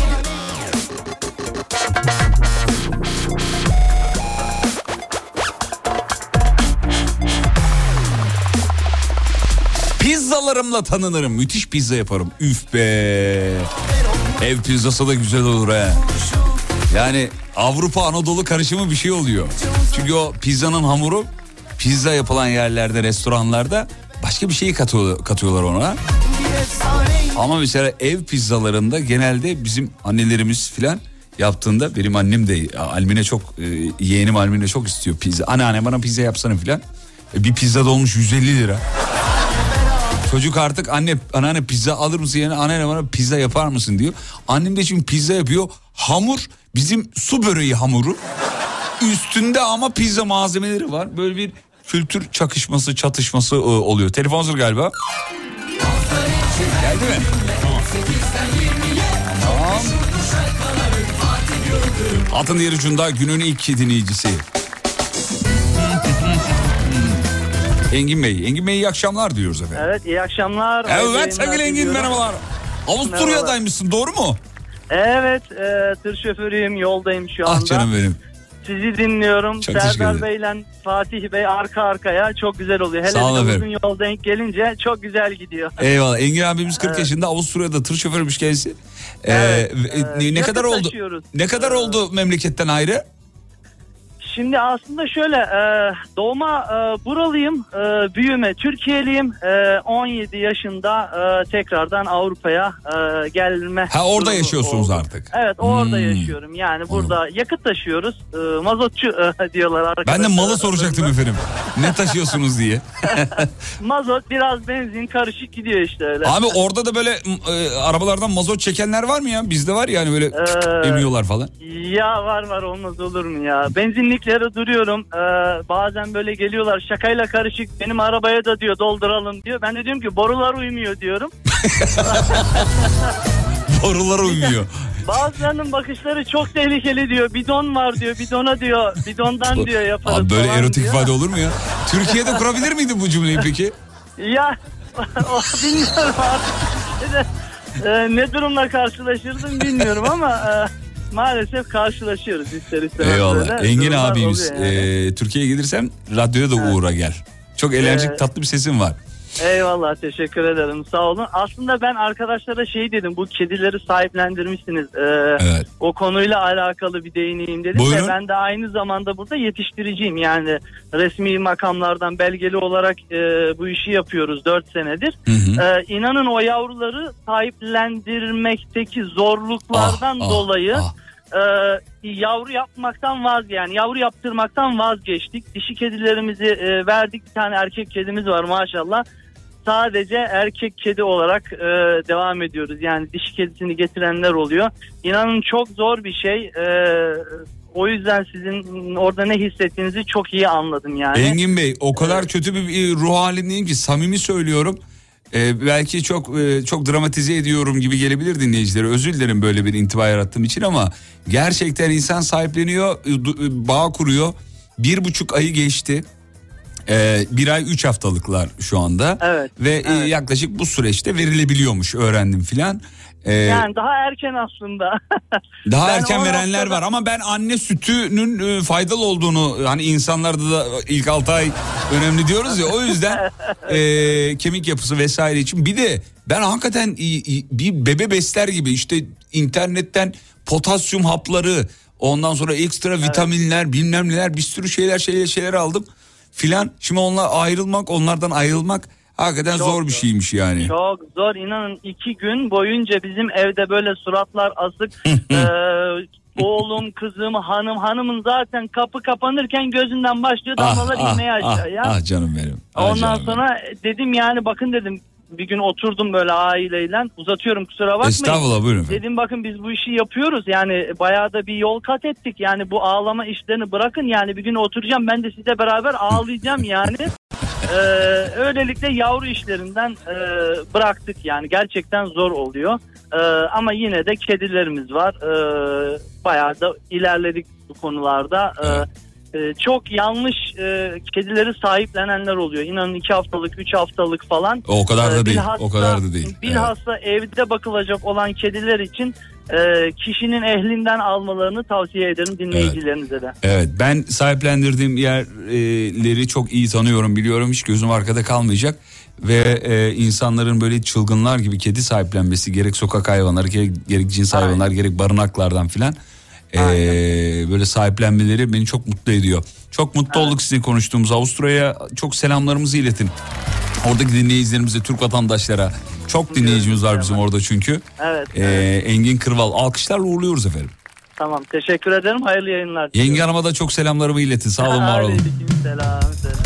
Pizzalı pizzalarımla tanınırım. Müthiş pizza yaparım. Üf be. Ev pizzası da güzel olur he. Yani Avrupa Anadolu karışımı bir şey oluyor. Çünkü o pizzanın hamuru pizza yapılan yerlerde, restoranlarda başka bir şeyi katıyorlar ona. Ama mesela ev pizzalarında genelde bizim annelerimiz filan yaptığında, benim annem de Almine çok, yeğenim Almine çok istiyor pizza. Anneanne bana pizza yapsana filan. Bir pizza da olmuş 150 lira. Çocuk artık anneanne pizza alır mısın yani, anneanne bana pizza yapar mısın diyor. Annem de şimdi pizza yapıyor. Hamur bizim su böreği hamuru. Üstünde ama pizza malzemeleri var. Böyle bir kültür çakışması, çatışması oluyor. Telefon hazır galiba. Geldi mi? Tamam. Atın diğer ucunda günün ilk dinleyicisi. Engin Bey. Engin Bey iyi akşamlar diyoruz efendim. Evet, iyi akşamlar. Evet sevgili Engin, merhabalar. Avusturya'daymışsın, doğru mu? Evet, tır şoförüyüm, yoldayım şu anda. Ah canım benim. Sizi dinliyorum. Çok Serdar Bey'le Fatih Bey arka arkaya çok güzel oluyor. Hele de uzun yol denk gelince çok güzel gidiyor. Eyvallah. Engin abimiz 40 yaşında, Avusturya'da tır şoförüymüş kendisi. Ne kadar oldu? Taşıyoruz. Ne kadar oldu memleketten ayrı? Şimdi aslında şöyle, doğma buralıyım, büyüme Türkiye'liyim. 17 yaşında tekrardan Avrupa'ya gelme. Ha, orada yaşıyorsunuz oldu. Artık. Evet, orada yaşıyorum. Yani burada yakıt taşıyoruz. Mazotçu diyorlar arkadaşlar. Ben de malı soracaktım efendim. Ne taşıyorsunuz diye. Mazot, biraz benzin, karışık gidiyor işte öyle. Abi orada da böyle arabalardan mazot çekenler var mı ya? Bizde var yani böyle emiyorlar falan. Ya var, olmaz olur mu ya? Benzinliklere duruyorum. Bazen böyle geliyorlar şakayla karışık, benim arabaya da diyor dolduralım diyor. Ben de diyorum ki borular uymuyor diyorum. Borular uymuyor. Bazılarının bakışları çok tehlikeli diyor. Bidon var diyor. Bidona diyor. Bidondan diyor yaparız. Abi böyle erotik diyor. ifade olur mu ya? Türkiye'de kurabilir miydi bu cümleyi peki? Ya bilmiyorum artık. Ne durumla karşılaşırdım bilmiyorum ama maalesef karşılaşıyoruz ister istemez. Eyvallah. Engin abimiz yani. Türkiye'ye gelirsen radyoya da uğra gel. Çok enerjik tatlı bir sesin var. Eyvallah, teşekkür ederim, sağ olun. Aslında ben arkadaşlara dedim, bu kedileri sahiplendirmişsiniz. Evet. O konuyla alakalı bir değineyim dedim. Buyurun. Ve ben de aynı zamanda burada yetiştiriciyim. Yani resmi makamlardan belgeli olarak bu işi yapıyoruz 4 senedir. İnanın o yavruları sahiplendirmekteki zorluklardan dolayı yavru yapmaktan yavru yaptırmaktan vazgeçtik. Dişi kedilerimizi verdik. Bir tane erkek kedimiz var maşallah. Sadece erkek kedi olarak devam ediyoruz. Yani dişi kedisini getirenler oluyor. İnanın çok zor bir şey. O yüzden sizin orada ne hissettiğinizi çok iyi anladım yani. Engin Bey, o kadar kötü bir ruh halindeyim ki samimi söylüyorum. Belki çok dramatize ediyorum gibi gelebilir dinleyicilere. Özür dilerim böyle bir intiba yarattığım için ama gerçekten insan sahipleniyor, bağ kuruyor. 1,5 ayı geçti. 1 ay 3 haftalıklar şu anda. Evet. Ve yaklaşık bu süreçte verilebiliyormuş, öğrendim filan. Yani daha erken aslında. Daha erken verenler var ama ben anne sütünün faydalı olduğunu, hani insanlarda da ilk 6 ay önemli diyoruz ya, o yüzden kemik yapısı vesaire için. Bir de ben hakikaten bir bebe besler gibi işte internetten potasyum hapları, ondan sonra ekstra vitaminler, bilmem neler, bir sürü şeyler aldım filan. Şimdi onlardan ayrılmak hakikaten çok zor bir şeymiş yani. Çok zor, inanın 2 gün boyunca bizim evde böyle suratlar asık. Oğlum, kızım, hanımın zaten kapı kapanırken gözünden başlıyor damlalar inmeye aşağıya. Ah canım benim. Ondan sonra dedim yani bakın dedim, bir gün oturdum böyle aileyle, uzatıyorum kusura bakmayın. Estağfurullah, buyurun efendim. Dedim bakın biz bu işi yapıyoruz yani, bayağı da bir yol kat ettik yani, bu ağlama işlerini bırakın yani, bir gün oturacağım ben de sizle beraber ağlayacağım yani. Öylelikle yavru işlerinden bıraktık yani, gerçekten zor oluyor. Ama yine de kedilerimiz var. Bayağı da ilerledik bu konularda. Çok yanlış kedileri sahiplenenler oluyor. İnanın 2 haftalık, 3 haftalık falan. O kadar da değil. Bilhassa evde bakılacak olan kediler için kişinin ehlinden almalarını tavsiye ederim dinleyicilerinize de. Evet, ben sahiplendirdiğim yerleri çok iyi tanıyorum, biliyorum, hiç gözüm arkada kalmayacak. Ve insanların böyle çılgınlar gibi kedi sahiplenmesi, gerek sokak hayvanları, gerek cins hayvanlar, gerek barınaklardan filan böyle sahiplenmeleri beni çok mutlu ediyor. Çok mutlu olduk sizinle konuştuğumuz. Avusturya'ya çok selamlarımızı iletin. Oradaki dinleyicilerimize, Türk vatandaşlara. Çok dinleyicimiz var bizim orada çünkü. Evet. Engin Kırval, alkışlarla uğurluyoruz efendim. Tamam, teşekkür ederim, hayırlı yayınlar. Yenge Hanım'a da çok selamlarımı iletin. Sağ olun, var olun. Selam.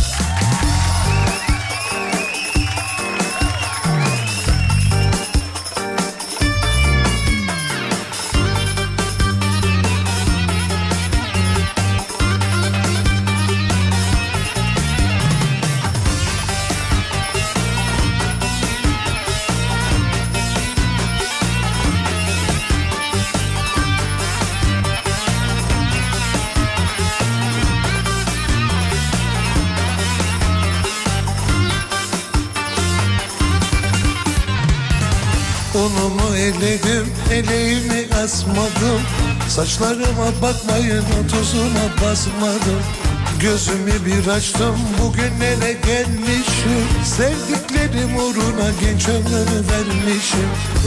Unumu eledim, eleğimi asmadım. Saçlarıma bakmayın, tuzuna basmadım. Gözümü bir açtım, bugünlere gelmişim. Sevdiklerim uğruna genç ömrümü vermişim.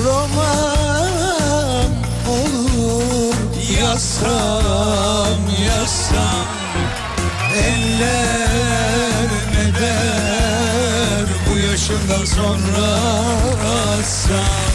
Roman olur yazsam, yazsam. Eller ne der bu yaşından sonra assam.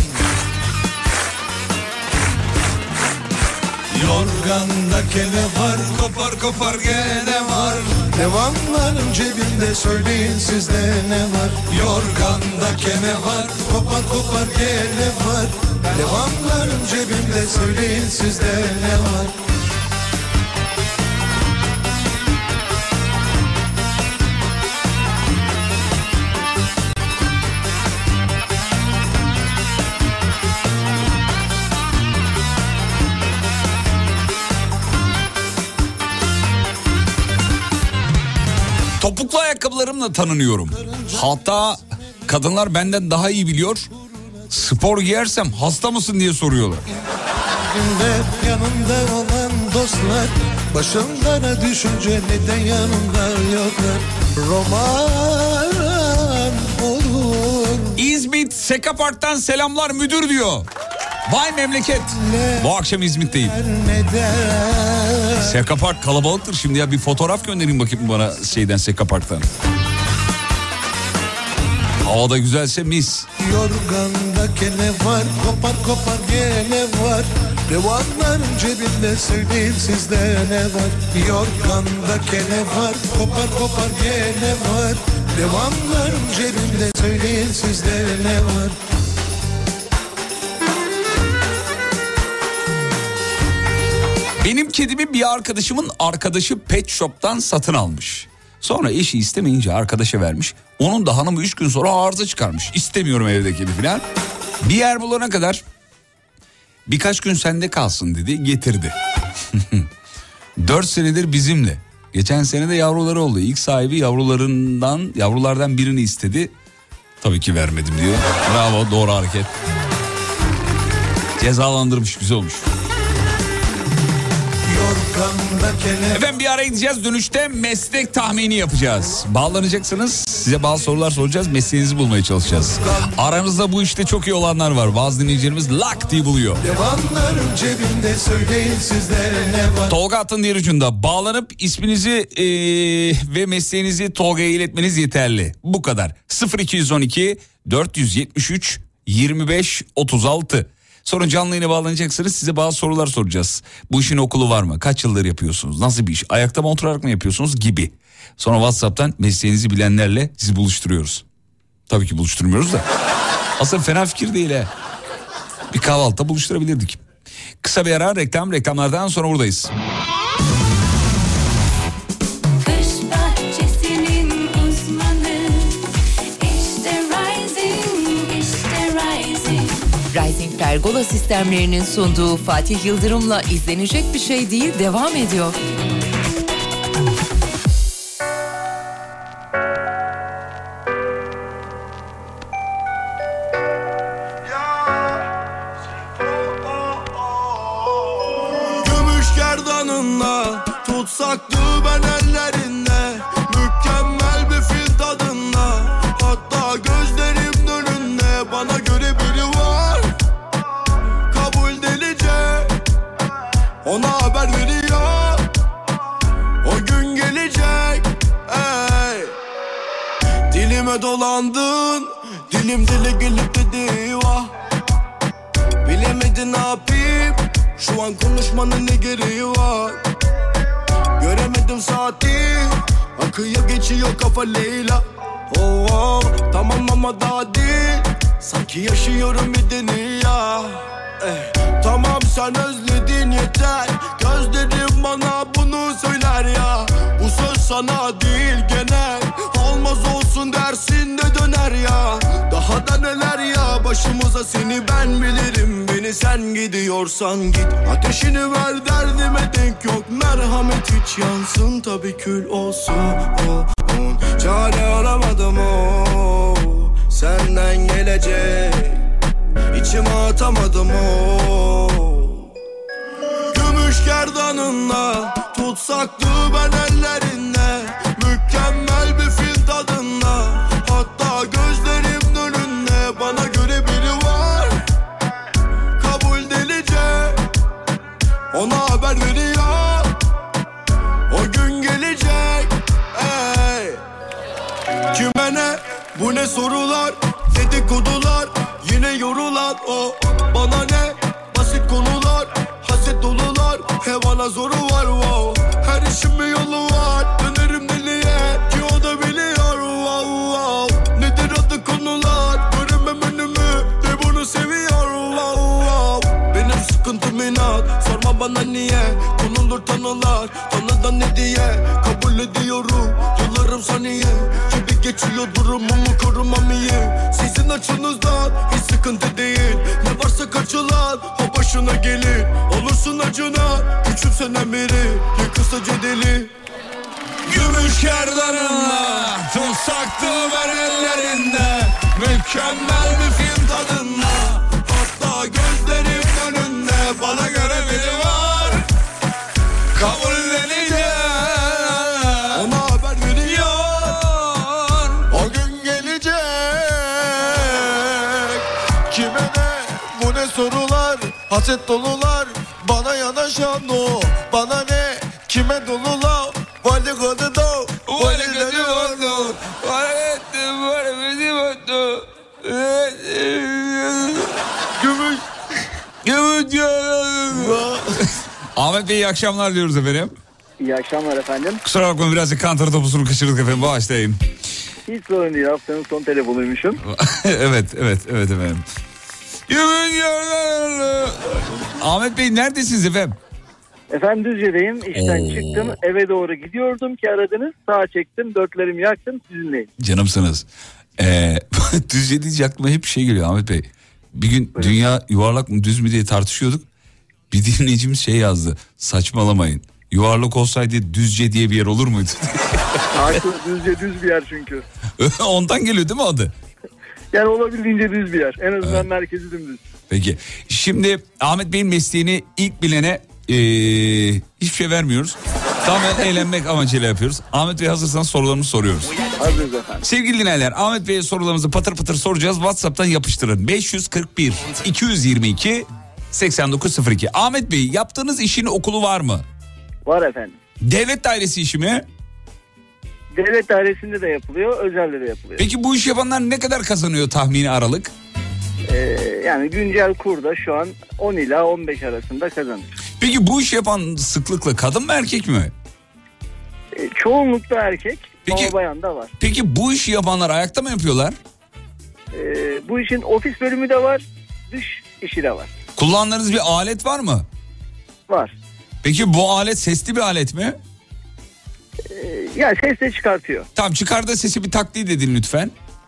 Yorganda kene var, kopar kopar gene var. Devamlarım cebimde, söyleyin sizde ne var? Yorganda kene var, kopar kopar gene var. Devamlarım cebimde, söyleyin sizde ne var? Topuklu ayakkabılarımla tanınıyorum. Hatta kadınlar benden daha iyi biliyor. Spor giyersem hasta mısın diye soruyorlar. Yanımda olan dostlar, başımdan düşünce neden yanımda yoklar? Roman olur. İzmit Sekapark'tan selamlar müdür diyor. Vay memleket. Bu akşam İzmit'teyim. Sekapark kalabalıktır şimdi ya, bir fotoğraf göndereyim bakayım bana şeyden, Sekapark'tan. Havada güzelse mis. Yorganda kene var, kopar kopar gene var. Devamlarım cebinde, söyleyin sizde ne var? Yorganda kene var, kopar kopar gene var. Devamlarım cebinde, söyleyin sizde ne var? Benim kedimi bir arkadaşımın arkadaşı pet shop'tan satın almış. Sonra eşi istemeyince arkadaşa vermiş. Onun da hanımı 3 gün sonra arıza çıkarmış. İstemiyorum evde kedi falan. Bir yer bulana kadar birkaç gün sende kalsın dedi, getirdi. 4 senedir bizimle. Geçen sene de yavruları oldu. İlk sahibi yavrulardan birini istedi. Tabii ki vermedim diyor. Bravo, doğru hareket. Cezalandırmış, güzel olmuş. Efendim bir ara gideceğiz, dönüşte meslek tahmini yapacağız. Bağlanacaksınız, size bazı sorular soracağız, mesleğinizi bulmaya çalışacağız. Aranızda bu işte çok iyi olanlar var, bazı dinleyicilerimiz lak diye buluyor. Devamlarım cebimde, söyleyin sizde ne var? Tolga hattın diğer ucunda. Bağlanıp isminizi ve mesleğinizi Tolga'ya iletmeniz yeterli. Bu kadar. 0212 473 25 36. Sonra canlı yayına bağlanacaksınız, size bazı sorular soracağız. Bu işin okulu var mı? Kaç yıldır yapıyorsunuz? Nasıl bir iş? Ayakta mı oturarak mı yapıyorsunuz? Gibi. Sonra WhatsApp'tan mesleğinizi bilenlerle sizi buluşturuyoruz. Tabii ki buluşturmuyoruz da. Aslında fena fikir değil he. Bir kahvaltıda buluşturabilirdik. Kısa bir ara, reklamlardan sonra buradayız. Rising Pergola sistemlerinin sunduğu Fatih Yıldırım'la izlenecek bir şey değil devam ediyor. gerdanınla tutsaktı ben ellerinde, mükemmel bir film tadında. Hatta gözlerim önünde bana göre biri var, kabul delice, ona haber veriyor, o gün gelecek. Ey. Dilime dolandın, dilim dile gelip dedi vah. Bilemedin ne yapayım, şu an konuşmanın ne gereği var. Göremedim saati, akıyor geçiyor kafa Leyla. Oh, oh, tamam ama daha değil, sanki yaşıyorum bir dünya. Tamam sen özledin yeter, gözlerim bana bunu söyler ya. Bu söz sana değil genel, olmaz olsun dersin de döner ya. Daha da neler ya başımıza, seni ben bilirim, beni sen gidiyorsan git. Ateşini ver derdime denk yok, merhamet hiç yansın tabii kül olsun. Çare aramadım o, senden gelecek, İçime atamadım o. Gümüş gerdanınla tutsaktı ben ellerinde, mükemmel bir film tadında. Hatta gözlerim önünde bana göre biri var, kabul delice, ona haber veriyor, o gün gelecek. Ey. Kime ne, bu ne sorular, dedikodular, yine yorulan o. Bana ne, basit konular, haset dolular, hevana zoru var wow. Her işin bir yolu var, dönerim deliye ki o da biliyor wow, wow. Nedir adı konular, göremem önümü de bunu seviyor wow, wow. Benim sıkıntım inat, sorma bana niye, konulur tanılar, tanıdan ne diye, kabul ediyorum yıllarım saniye. Gibi geçiyor durumumu korumam iyi, sizin açınızdan hiç sıkıntı değil. Ne varsa kaçılan o başına gelir, olursun acına küçümsenen biri, yıkılsa deli. Gümüş gerdanınla tutsaktı ver ellerinde, mükemmel bir film tadında. Hatta gözlerim önünde bana göre biri var, kabul edince ona haber veriyor, o gün gelecek. Kime ne, bu ne sorular, haset dolular, bana yanaşan o. Bana ne, kime dolular, vali kadı da, vali kadı vardı, gümüş Ahmet Bey iyi akşamlar diyoruz efendim. İyi akşamlar efendim. Kusura bakmayın birazcık kantar topusunu kaçırdık efendim, bağışlayın. Hiç sorun değil, haftanın son telefonuymuşum. evet efendim. Ahmet Bey neredesiniz efendim? Efendim Düzce'deyim, işten çıktım, eve doğru gidiyordum ki aradınız, sağa çektim, dörtlerimi yaktım, sizinleyim. Canımsınız. Düzce deyince aklıma hep şey geliyor Ahmet Bey. Bir gün dünya yuvarlak mı düz mü diye tartışıyorduk. Bir dinleyicimiz şey yazdı, saçmalamayın. Yuvarlak olsaydı Düzce diye bir yer olur muydu? Haklı, Düzce düz bir yer çünkü. Ondan geliyor değil mi adı? Yani olabildiğince düz bir yer. En azından merkezi dümdüz. Peki. Şimdi Ahmet Bey'in mesleğini ilk bilene hiçbir şey vermiyoruz. Tamamen eğlenmek amacıyla yapıyoruz. Ahmet Bey hazırsanız sorularımızı soruyoruz. Hazırız efendim. Sevgili dinleyenler, Ahmet Bey'e sorularımızı patır patır soracağız. WhatsApp'tan yapıştırın. 541 222 8902. Ahmet Bey, yaptığınız işin okulu var mı? Var efendim. Devlet dairesi işi mi? Devlet dairesinde de yapılıyor, özelde de yapılıyor. Peki bu iş yapanlar ne kadar kazanıyor tahmini aralık? Yani güncel kurda şu an 10 ila 15 arasında kazanır. Peki bu iş yapan sıklıkla kadın mı erkek mi? Çoğunlukla erkek, ama bayan da var. Peki bu işi yapanlar ayakta mı yapıyorlar? Bu işin ofis bölümü de var, dış işi de var. Kullandığınız bir alet var mı? Var. Peki bu alet sesli bir alet mi? Ya ses de çıkartıyor. Tamam, çıkardığı sesi bir taklit edin lütfen.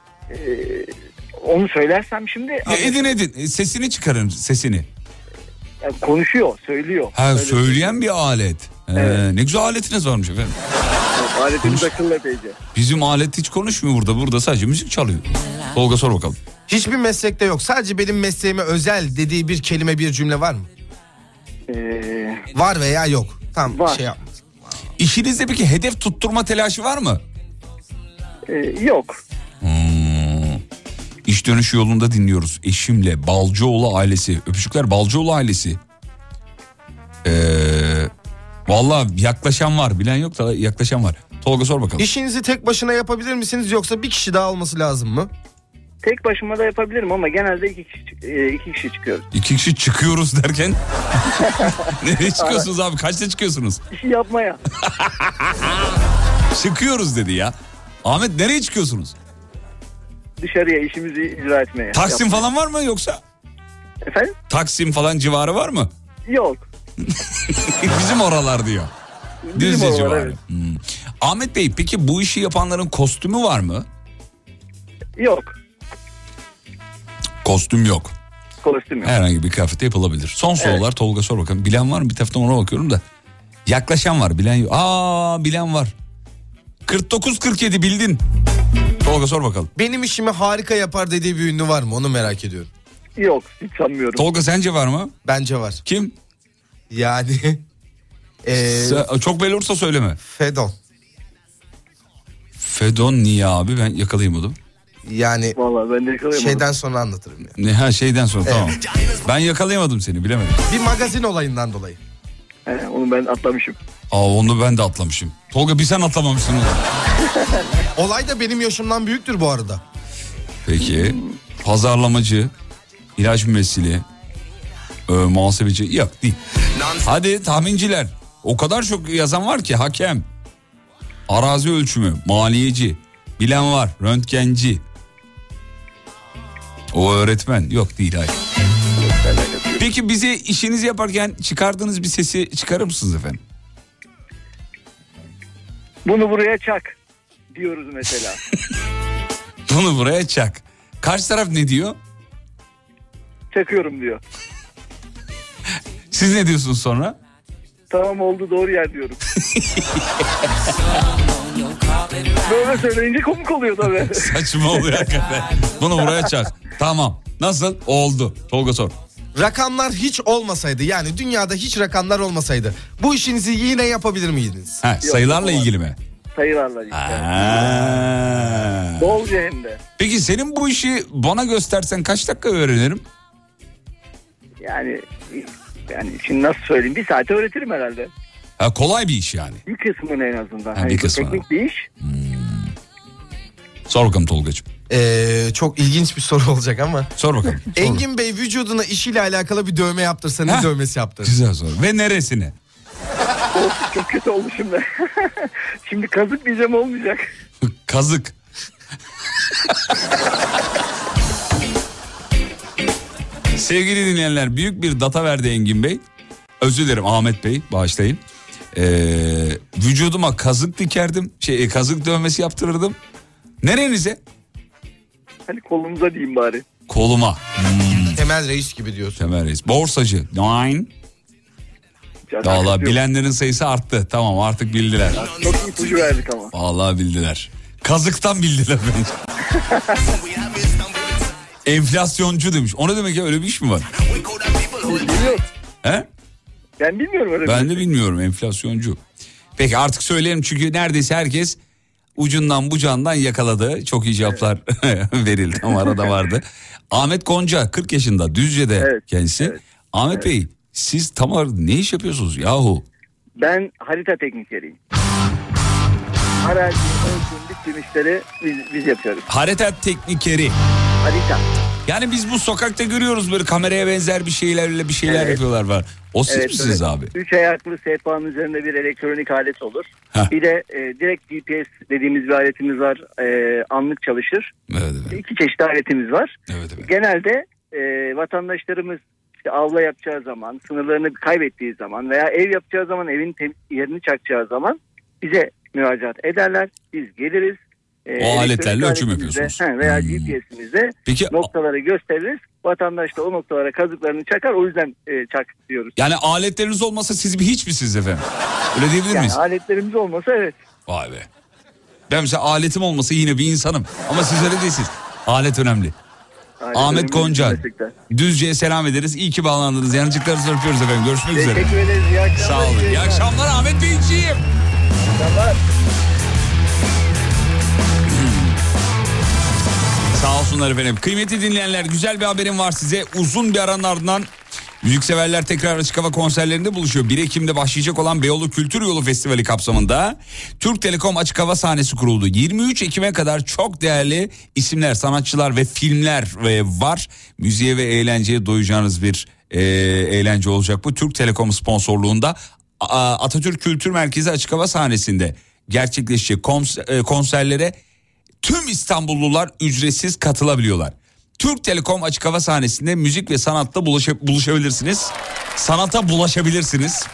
Onu söylersem şimdi... Edin. Sesini çıkarın, sesini. Yani konuşuyor, söylüyor. Ha, söyleyen bir alet. Evet. Ne güzel aletiniz varmış efendim. Aletimiz akıllı epeyce. Bizim alet hiç konuşmuyor burada. Burada sadece müzik çalıyor. Tolga sor bakalım. Hiçbir meslekte yok. Sadece benim mesleğime özel dediği bir kelime, bir cümle var mı? Var veya yok. Tam Var. şey yapma. İşinizde peki hedef tutturma telaşı var mı? Yok. İş dönüşü yolunda dinliyoruz. Eşimle Balcıoğlu ailesi. Öpücükler Balcıoğlu ailesi. Vallahi yaklaşan var. Bilen yok da yaklaşan var. Tolga sor bakalım. İşinizi tek başına yapabilir misiniz yoksa bir kişi daha olması lazım mı? Tek başıma da yapabilirim ama genelde iki kişi çıkıyoruz. 2 kişi çıkıyoruz derken nereye çıkıyorsunuz abi? Kaçta çıkıyorsunuz? İşi yapmaya. Çıkıyoruz dedi ya. Ahmet nereye çıkıyorsunuz? Dışarıya işimizi icra etmeye. Taksim falan var mı yoksa? Efendim? Taksim falan civarı var mı? Yok. Bizim oralar diyor. Bizim Düzce oralar, civarı. evet. Ahmet Bey peki bu işi yapanların kostümü var mı? Yok. Kostüm yok. Kostüm yok. Herhangi bir kıyafette yapılabilir. Son sorular Tolga sor bakalım. Bilen var mı? Bir taraftan ona bakıyorum da. Yaklaşan var, bilen yok. Bilen var. 49-47 bildin. Tolga sor bakalım. Benim işimi harika yapar dediği bir ünlü var mı? Onu merak ediyorum. Yok, hiç sanmıyorum. Tolga sence var mı? Bence var. Kim? Yani çok belli olursa söyleme. Fedon. Fedon niye abi? Ben yakalayamadım. Yani vallahi ben de yakalayamadım. Şeyden sonra anlatırım yani. Ne ha şeyden sonra tamam. Ben yakalayamadım seni, bilemedim. Bir magazin olayından dolayı. Onu ben atlamışım. Onu ben de atlamışım. Tolga bir sen atlamamışsın onu. Olay da benim yaşımdan büyüktür bu arada. Peki. Pazarlamacı, ilaç mümessili, muhasebeci yok değil. Hadi tahminciler. O kadar çok yazan var ki hakem, arazi ölçümü, maliyeci, bilen var, röntgenci. O öğretmen yok değil hayır. Peki bize işinizi yaparken çıkardığınız bir sesi çıkarır mısınız efendim? Bunu buraya çak diyoruz mesela. Bunu buraya çak. Karşı taraf ne diyor? Çakıyorum diyor. Siz ne diyorsunuz sonra? Tamam oldu, doğru yer diyorum. Böyle söyleyince komik oluyor tabii. Saçma oluyor hakikaten. Bunu buraya çak. Tamam. Nasıl? Oldu. Tolga sor. Rakamlar hiç olmasaydı, yani dünyada hiç rakamlar olmasaydı bu işinizi yine yapabilir miydiniz? Sayılarla ilgili mi? Sayılarla ilgili. Bolca hem de. Peki senin bu işi bana göstersen kaç dakika öğrenirim? Yani şimdi nasıl söyleyeyim, bir saate öğretirim herhalde. Kolay bir iş yani. Bir kısmını en azından. Bir kısmını. Teknik bir iş. Sor bakalım Tolgacığım. Çok ilginç bir soru olacak ama. Sor bakalım. Engin Bey vücuduna işiyle alakalı bir dövme yaptırsa ne dövmesi yaptırır? Güzel soru. Ve neresine? Çok kötü oldu şimdi. Şimdi kazık diyeceğim, olmayacak. Kazık. Sevgili dinleyenler, büyük bir data verdi Engin Bey. Özür dilerim Ahmet Bey, bağışlayın. Vücuduma kazık dikerdim. Kazık dövmesi yaptırırdım. Nerenize? Hani kolumuza diyeyim bari. Koluma. Temel Reis gibi diyorsun. Temel Reis. Borsacı. Nine. Vallahi bilenlerin sayısı arttı. Tamam, artık bildiler. Çok ipucu verdik ama. Vallahi bildiler. Kazıktan bildiler bence. Enflasyoncu demiş. O ne demek ya, öyle bir iş mi var? Bilmiyorum. He? Ben bilmiyorum öyle. Ben de bilmiyorum, enflasyoncu. Peki artık söyleyelim çünkü neredeyse herkes ucundan bucağından yakaladı. Çok iyi cevaplar verildi ama arada vardı. Ahmet Gonca 40 yaşında, Düzce'de kendisi. Evet. Ahmet Bey, siz tam olarak ne iş yapıyorsunuz yahu? Ben harita teknikeriyim. Arazi, ölçüm, biçim işleri biz yapıyoruz. Harita teknikeri. Harita. Yani biz bu sokakta görüyoruz böyle kameraya benzer bir şeyler yapıyorlar var. O siz misiniz abi? 3 ayaklı sehpanın üzerinde bir elektronik alet olur. Bir de direkt GPS dediğimiz bir aletimiz var. Anlık çalışır. Evet. 2 çeşit aletimiz var. Evet. Genelde vatandaşlarımız işte avla yapacağı zaman, sınırlarını kaybettiği zaman veya ev yapacağı zaman, evin yerini çakacağı zaman bize müracaat ederler. Biz geliriz. O aletlerle ölçüm yapıyorsunuz. Veya GPS'imizde noktaları gösteririz. Vatandaş da o noktalara kazıklarını çakar. O yüzden çak diyoruz. Yani aletleriniz olmasa siz bir hiç misiniz efendim? Öyle diyebilir miyiz? Yani aletlerimiz olmasa evet. Vay be. Ben mesela aletim olmasa yine bir insanım. Ama siz öyle değilsiniz. Alet önemli. Ahmet Gonca. Düzce'ye selam ederiz. İyi ki bağlandınız. Yanıcıklarınızı öpüyoruz efendim. Görüşmek üzere. Teşekkür ederiz. İyi akşamlar. Sağ olun. İyi akşamlar Ahmet Beyciğim. Sağ olsunlar efendim. Kıymetli dinleyenler, güzel bir haberim var size. Uzun bir aranın ardından müzikseverler tekrar açık hava konserlerinde buluşuyor. 1 Ekim'de başlayacak olan Beyoğlu Kültür Yolu Festivali kapsamında Türk Telekom açık hava sahnesi kuruldu. 23 Ekim'e kadar çok değerli isimler, sanatçılar ve filmler var. Müziğe ve eğlenceye doyacağınız bir eğlence olacak bu. Türk Telekom sponsorluğunda Atatürk Kültür Merkezi açık hava sahnesinde gerçekleşecek konserlere tüm İstanbullular ücretsiz katılabiliyorlar. Türk Telekom açık hava sahnesinde müzik ve sanatla buluşabilirsiniz. Sanata bulaşabilirsiniz.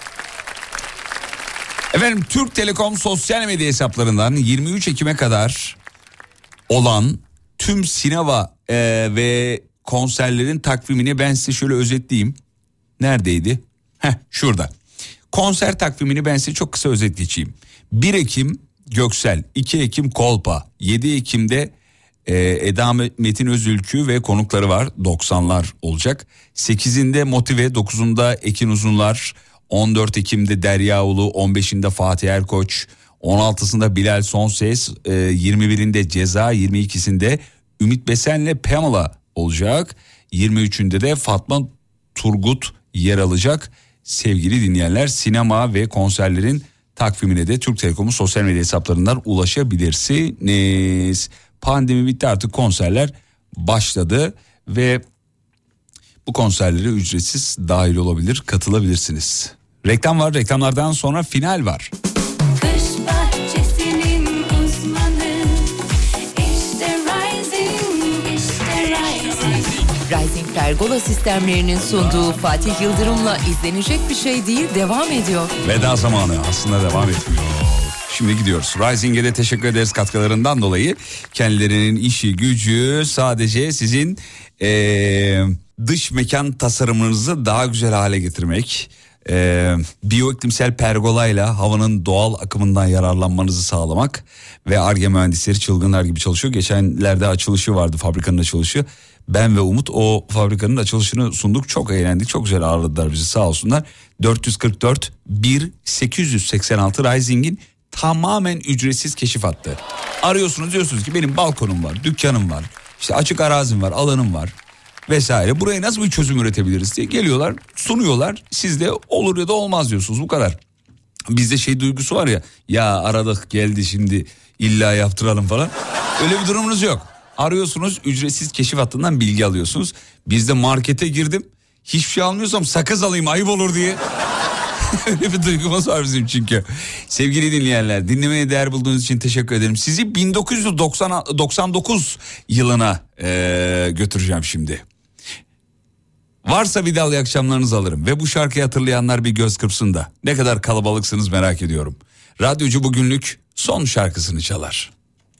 Efendim, Türk Telekom sosyal medya hesaplarından 23 Ekim'e kadar olan tüm sinema ve konserlerin takvimini ben size şöyle özetleyeyim. Neredeydi? Şurada. Konser takvimini ben size çok kısa özet geçeyim. 1 Ekim Göksel, 2 Ekim Kolpa, 7 Ekim'de Eda Metin Özülkü ve konukları var, 90'lar olacak. 8'inde Motive, 9'unda Ekin Uzunlar, 14 Ekim'de Derya Ulu, 15'inde Fatih Erkoç, 16'sında Bilal Sonses, 21'inde Ceza, 22'sinde Ümit Besen'le Pamela olacak. 23'ünde de Fatma Turgut yer alacak. Sevgili dinleyenler, sinema ve konserlerin takvimine de Türk Telekom'un sosyal medya hesaplarından ulaşabilirsiniz. Pandemi bitti, artık konserler başladı ve bu konserlere ücretsiz dahil olabilir, katılabilirsiniz. Reklam var, reklamlardan sonra final var. Kış bahçesinin uzmanı, işte Rising, işte Rising. Rising Pergola sistemlerinin sunduğu Fatih Yıldırım'la izlenecek bir şey değil, devam ediyor. Veda zamanı aslında devam etmiyor. Şimdi gidiyoruz. Rising'e de teşekkür ederiz katkılarından dolayı. Kendilerinin işi gücü sadece sizin dış mekan tasarımınızı daha güzel hale getirmek. Biyoiklimsel pergolayla havanın doğal akımından yararlanmanızı sağlamak ve Ar-Ge mühendisleri çılgınlar gibi çalışıyor. Geçenlerde açılışı vardı, fabrikanın açılışı. Ben ve Umut o fabrikanın açılışını sunduk. Çok eğlendik, çok güzel ağırladılar bizi, sağ olsunlar. 444 1 886 Rising'in tamamen ücretsiz keşif hattı. Arıyorsunuz, diyorsunuz ki benim balkonum var, dükkanım var, işte açık arazim var, alanım var vesaire. Buraya nasıl bir çözüm üretebiliriz diye geliyorlar, sunuyorlar. Siz de olur ya da olmaz diyorsunuz, bu kadar. Bizde duygusu var ya aradık geldi şimdi illa yaptıralım falan. Öyle bir durumunuz yok. Arıyorsunuz, ücretsiz keşif hattından bilgi alıyorsunuz. Bizde markete girdim, hiçbir şey almıyorsam sakız alayım, ayıp olur diye. Öyle bir duygumuz var bizim çünkü. Sevgili dinleyenler, dinlemeye değer bulduğunuz için teşekkür ederim. Sizi 1999 yılına götüreceğim şimdi. Varsa bir dal akşamlarınızı alırım ve bu şarkıyı hatırlayanlar bir göz kırpsın da. Ne kadar kalabalıksınız merak ediyorum. Radyocu bugünlük son şarkısını çalar.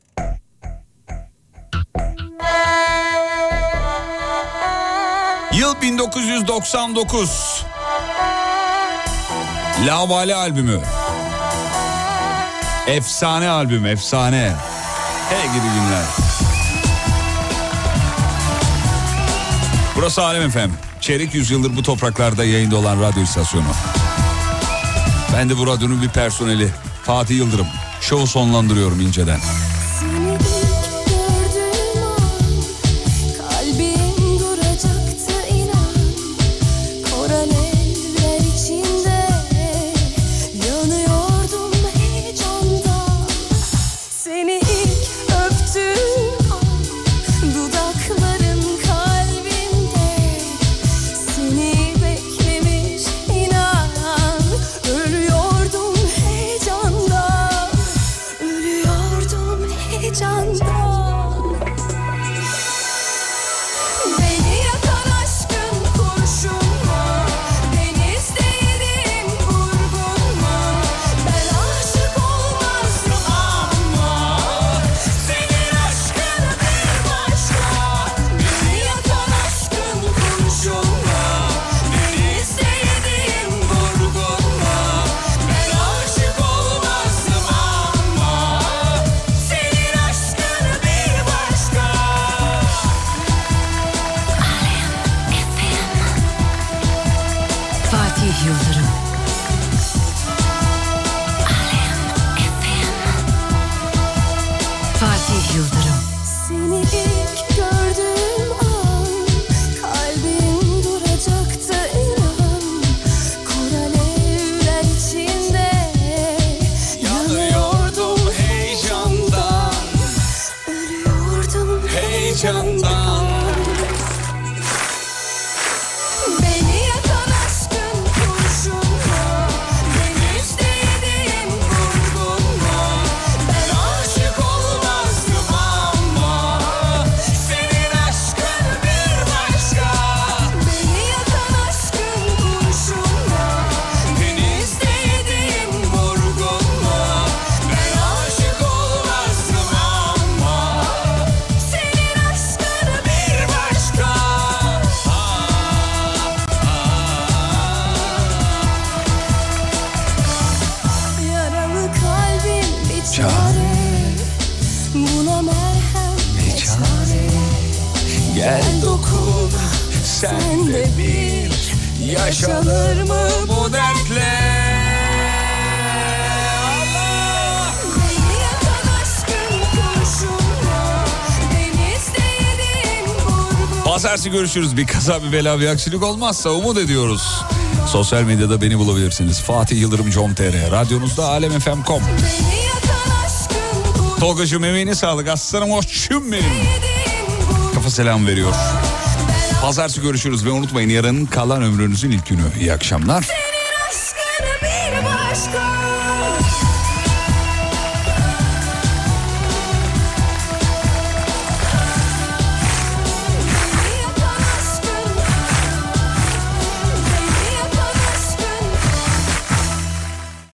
Yıl 1999. Lavale albümü. Efsane albüm, efsane. Hey gidi günler. Burası Alem FM. Çeyrek yüzyıldır bu topraklarda yayında olan radyo istasyonu. Ben de bu radyonun bir personeli, Fatih Yıldırım. Şovu sonlandırıyorum inceden. Ölüyordum senle bir yaşanır mı bu dertle? Pazartesi görüşürüz. Bir kaza bir bela bir aksilik olmazsa umut ediyoruz. Sosyal medyada beni bulabilirsiniz. Fatih Yıldırım com.tr, radyonuzda alemfm.com. Tolgacığım emeğine sağlık. Aslanım hoşçum benim. Kafa selam veriyor. Pazartesi görüşürüz ve unutmayın yarın kalan ömrünüzün ilk günü. İyi akşamlar. Senin aşkını bir başka